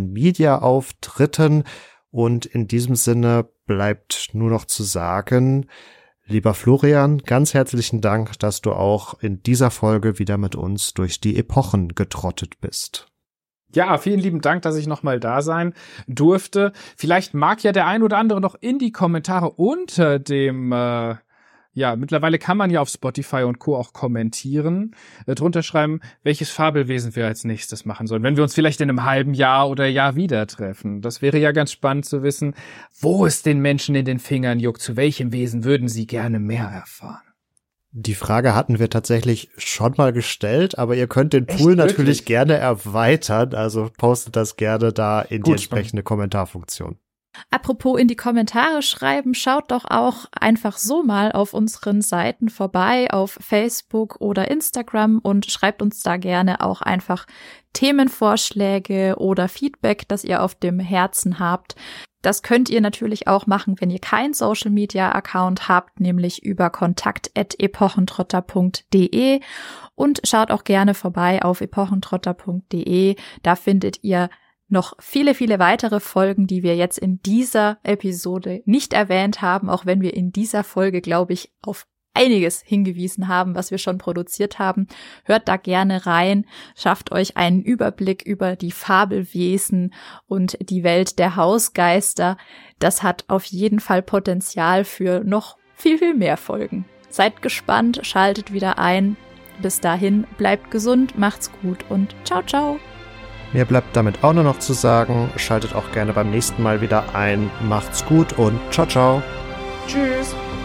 Social-Media-Auftritten. Und in diesem Sinne bleibt nur noch zu sagen, lieber Florian, ganz herzlichen Dank, dass du auch in dieser Folge wieder mit uns durch die Epochen getrottet bist. Ja, vielen lieben Dank, dass ich nochmal da sein durfte. Vielleicht mag ja der ein oder andere noch in die Kommentare unter dem, äh, ja, mittlerweile kann man ja auf Spotify und Co. auch kommentieren, äh, drunter schreiben, welches Fabelwesen wir als nächstes machen sollen, wenn wir uns vielleicht in einem halben Jahr oder Jahr wieder treffen. Das wäre ja ganz spannend zu wissen, wo es den Menschen in den Fingern juckt, zu welchem Wesen würden sie gerne mehr erfahren. Die Frage hatten wir tatsächlich schon mal gestellt, aber ihr könnt den Pool Echt, natürlich wirklich? gerne erweitern, also postet das gerne da in die Gut, entsprechende Kommentarfunktion. Apropos in die Kommentare schreiben, schaut doch auch einfach so mal auf unseren Seiten vorbei, auf Facebook oder Instagram und schreibt uns da gerne auch einfach Themenvorschläge oder Feedback, das ihr auf dem Herzen habt. Das könnt ihr natürlich auch machen, wenn ihr keinen Social-Media-Account habt, nämlich über kontakt at epochentrotter punkt de und schaut auch gerne vorbei auf epochentrotter punkt de. Da findet ihr noch viele, viele weitere Folgen, die wir jetzt in dieser Episode nicht erwähnt haben, auch wenn wir in dieser Folge, glaube ich, auf einiges hingewiesen haben, was wir schon produziert haben. Hört da gerne rein, schafft euch einen Überblick über die Fabelwesen und die Welt der Hausgeister. Das hat auf jeden Fall Potenzial für noch viel, viel mehr Folgen. Seid gespannt, schaltet wieder ein. Bis dahin, bleibt gesund, macht's gut und ciao, ciao. Mir bleibt damit auch nur noch zu sagen, schaltet auch gerne beim nächsten Mal wieder ein. Macht's gut und ciao, ciao. Tschüss.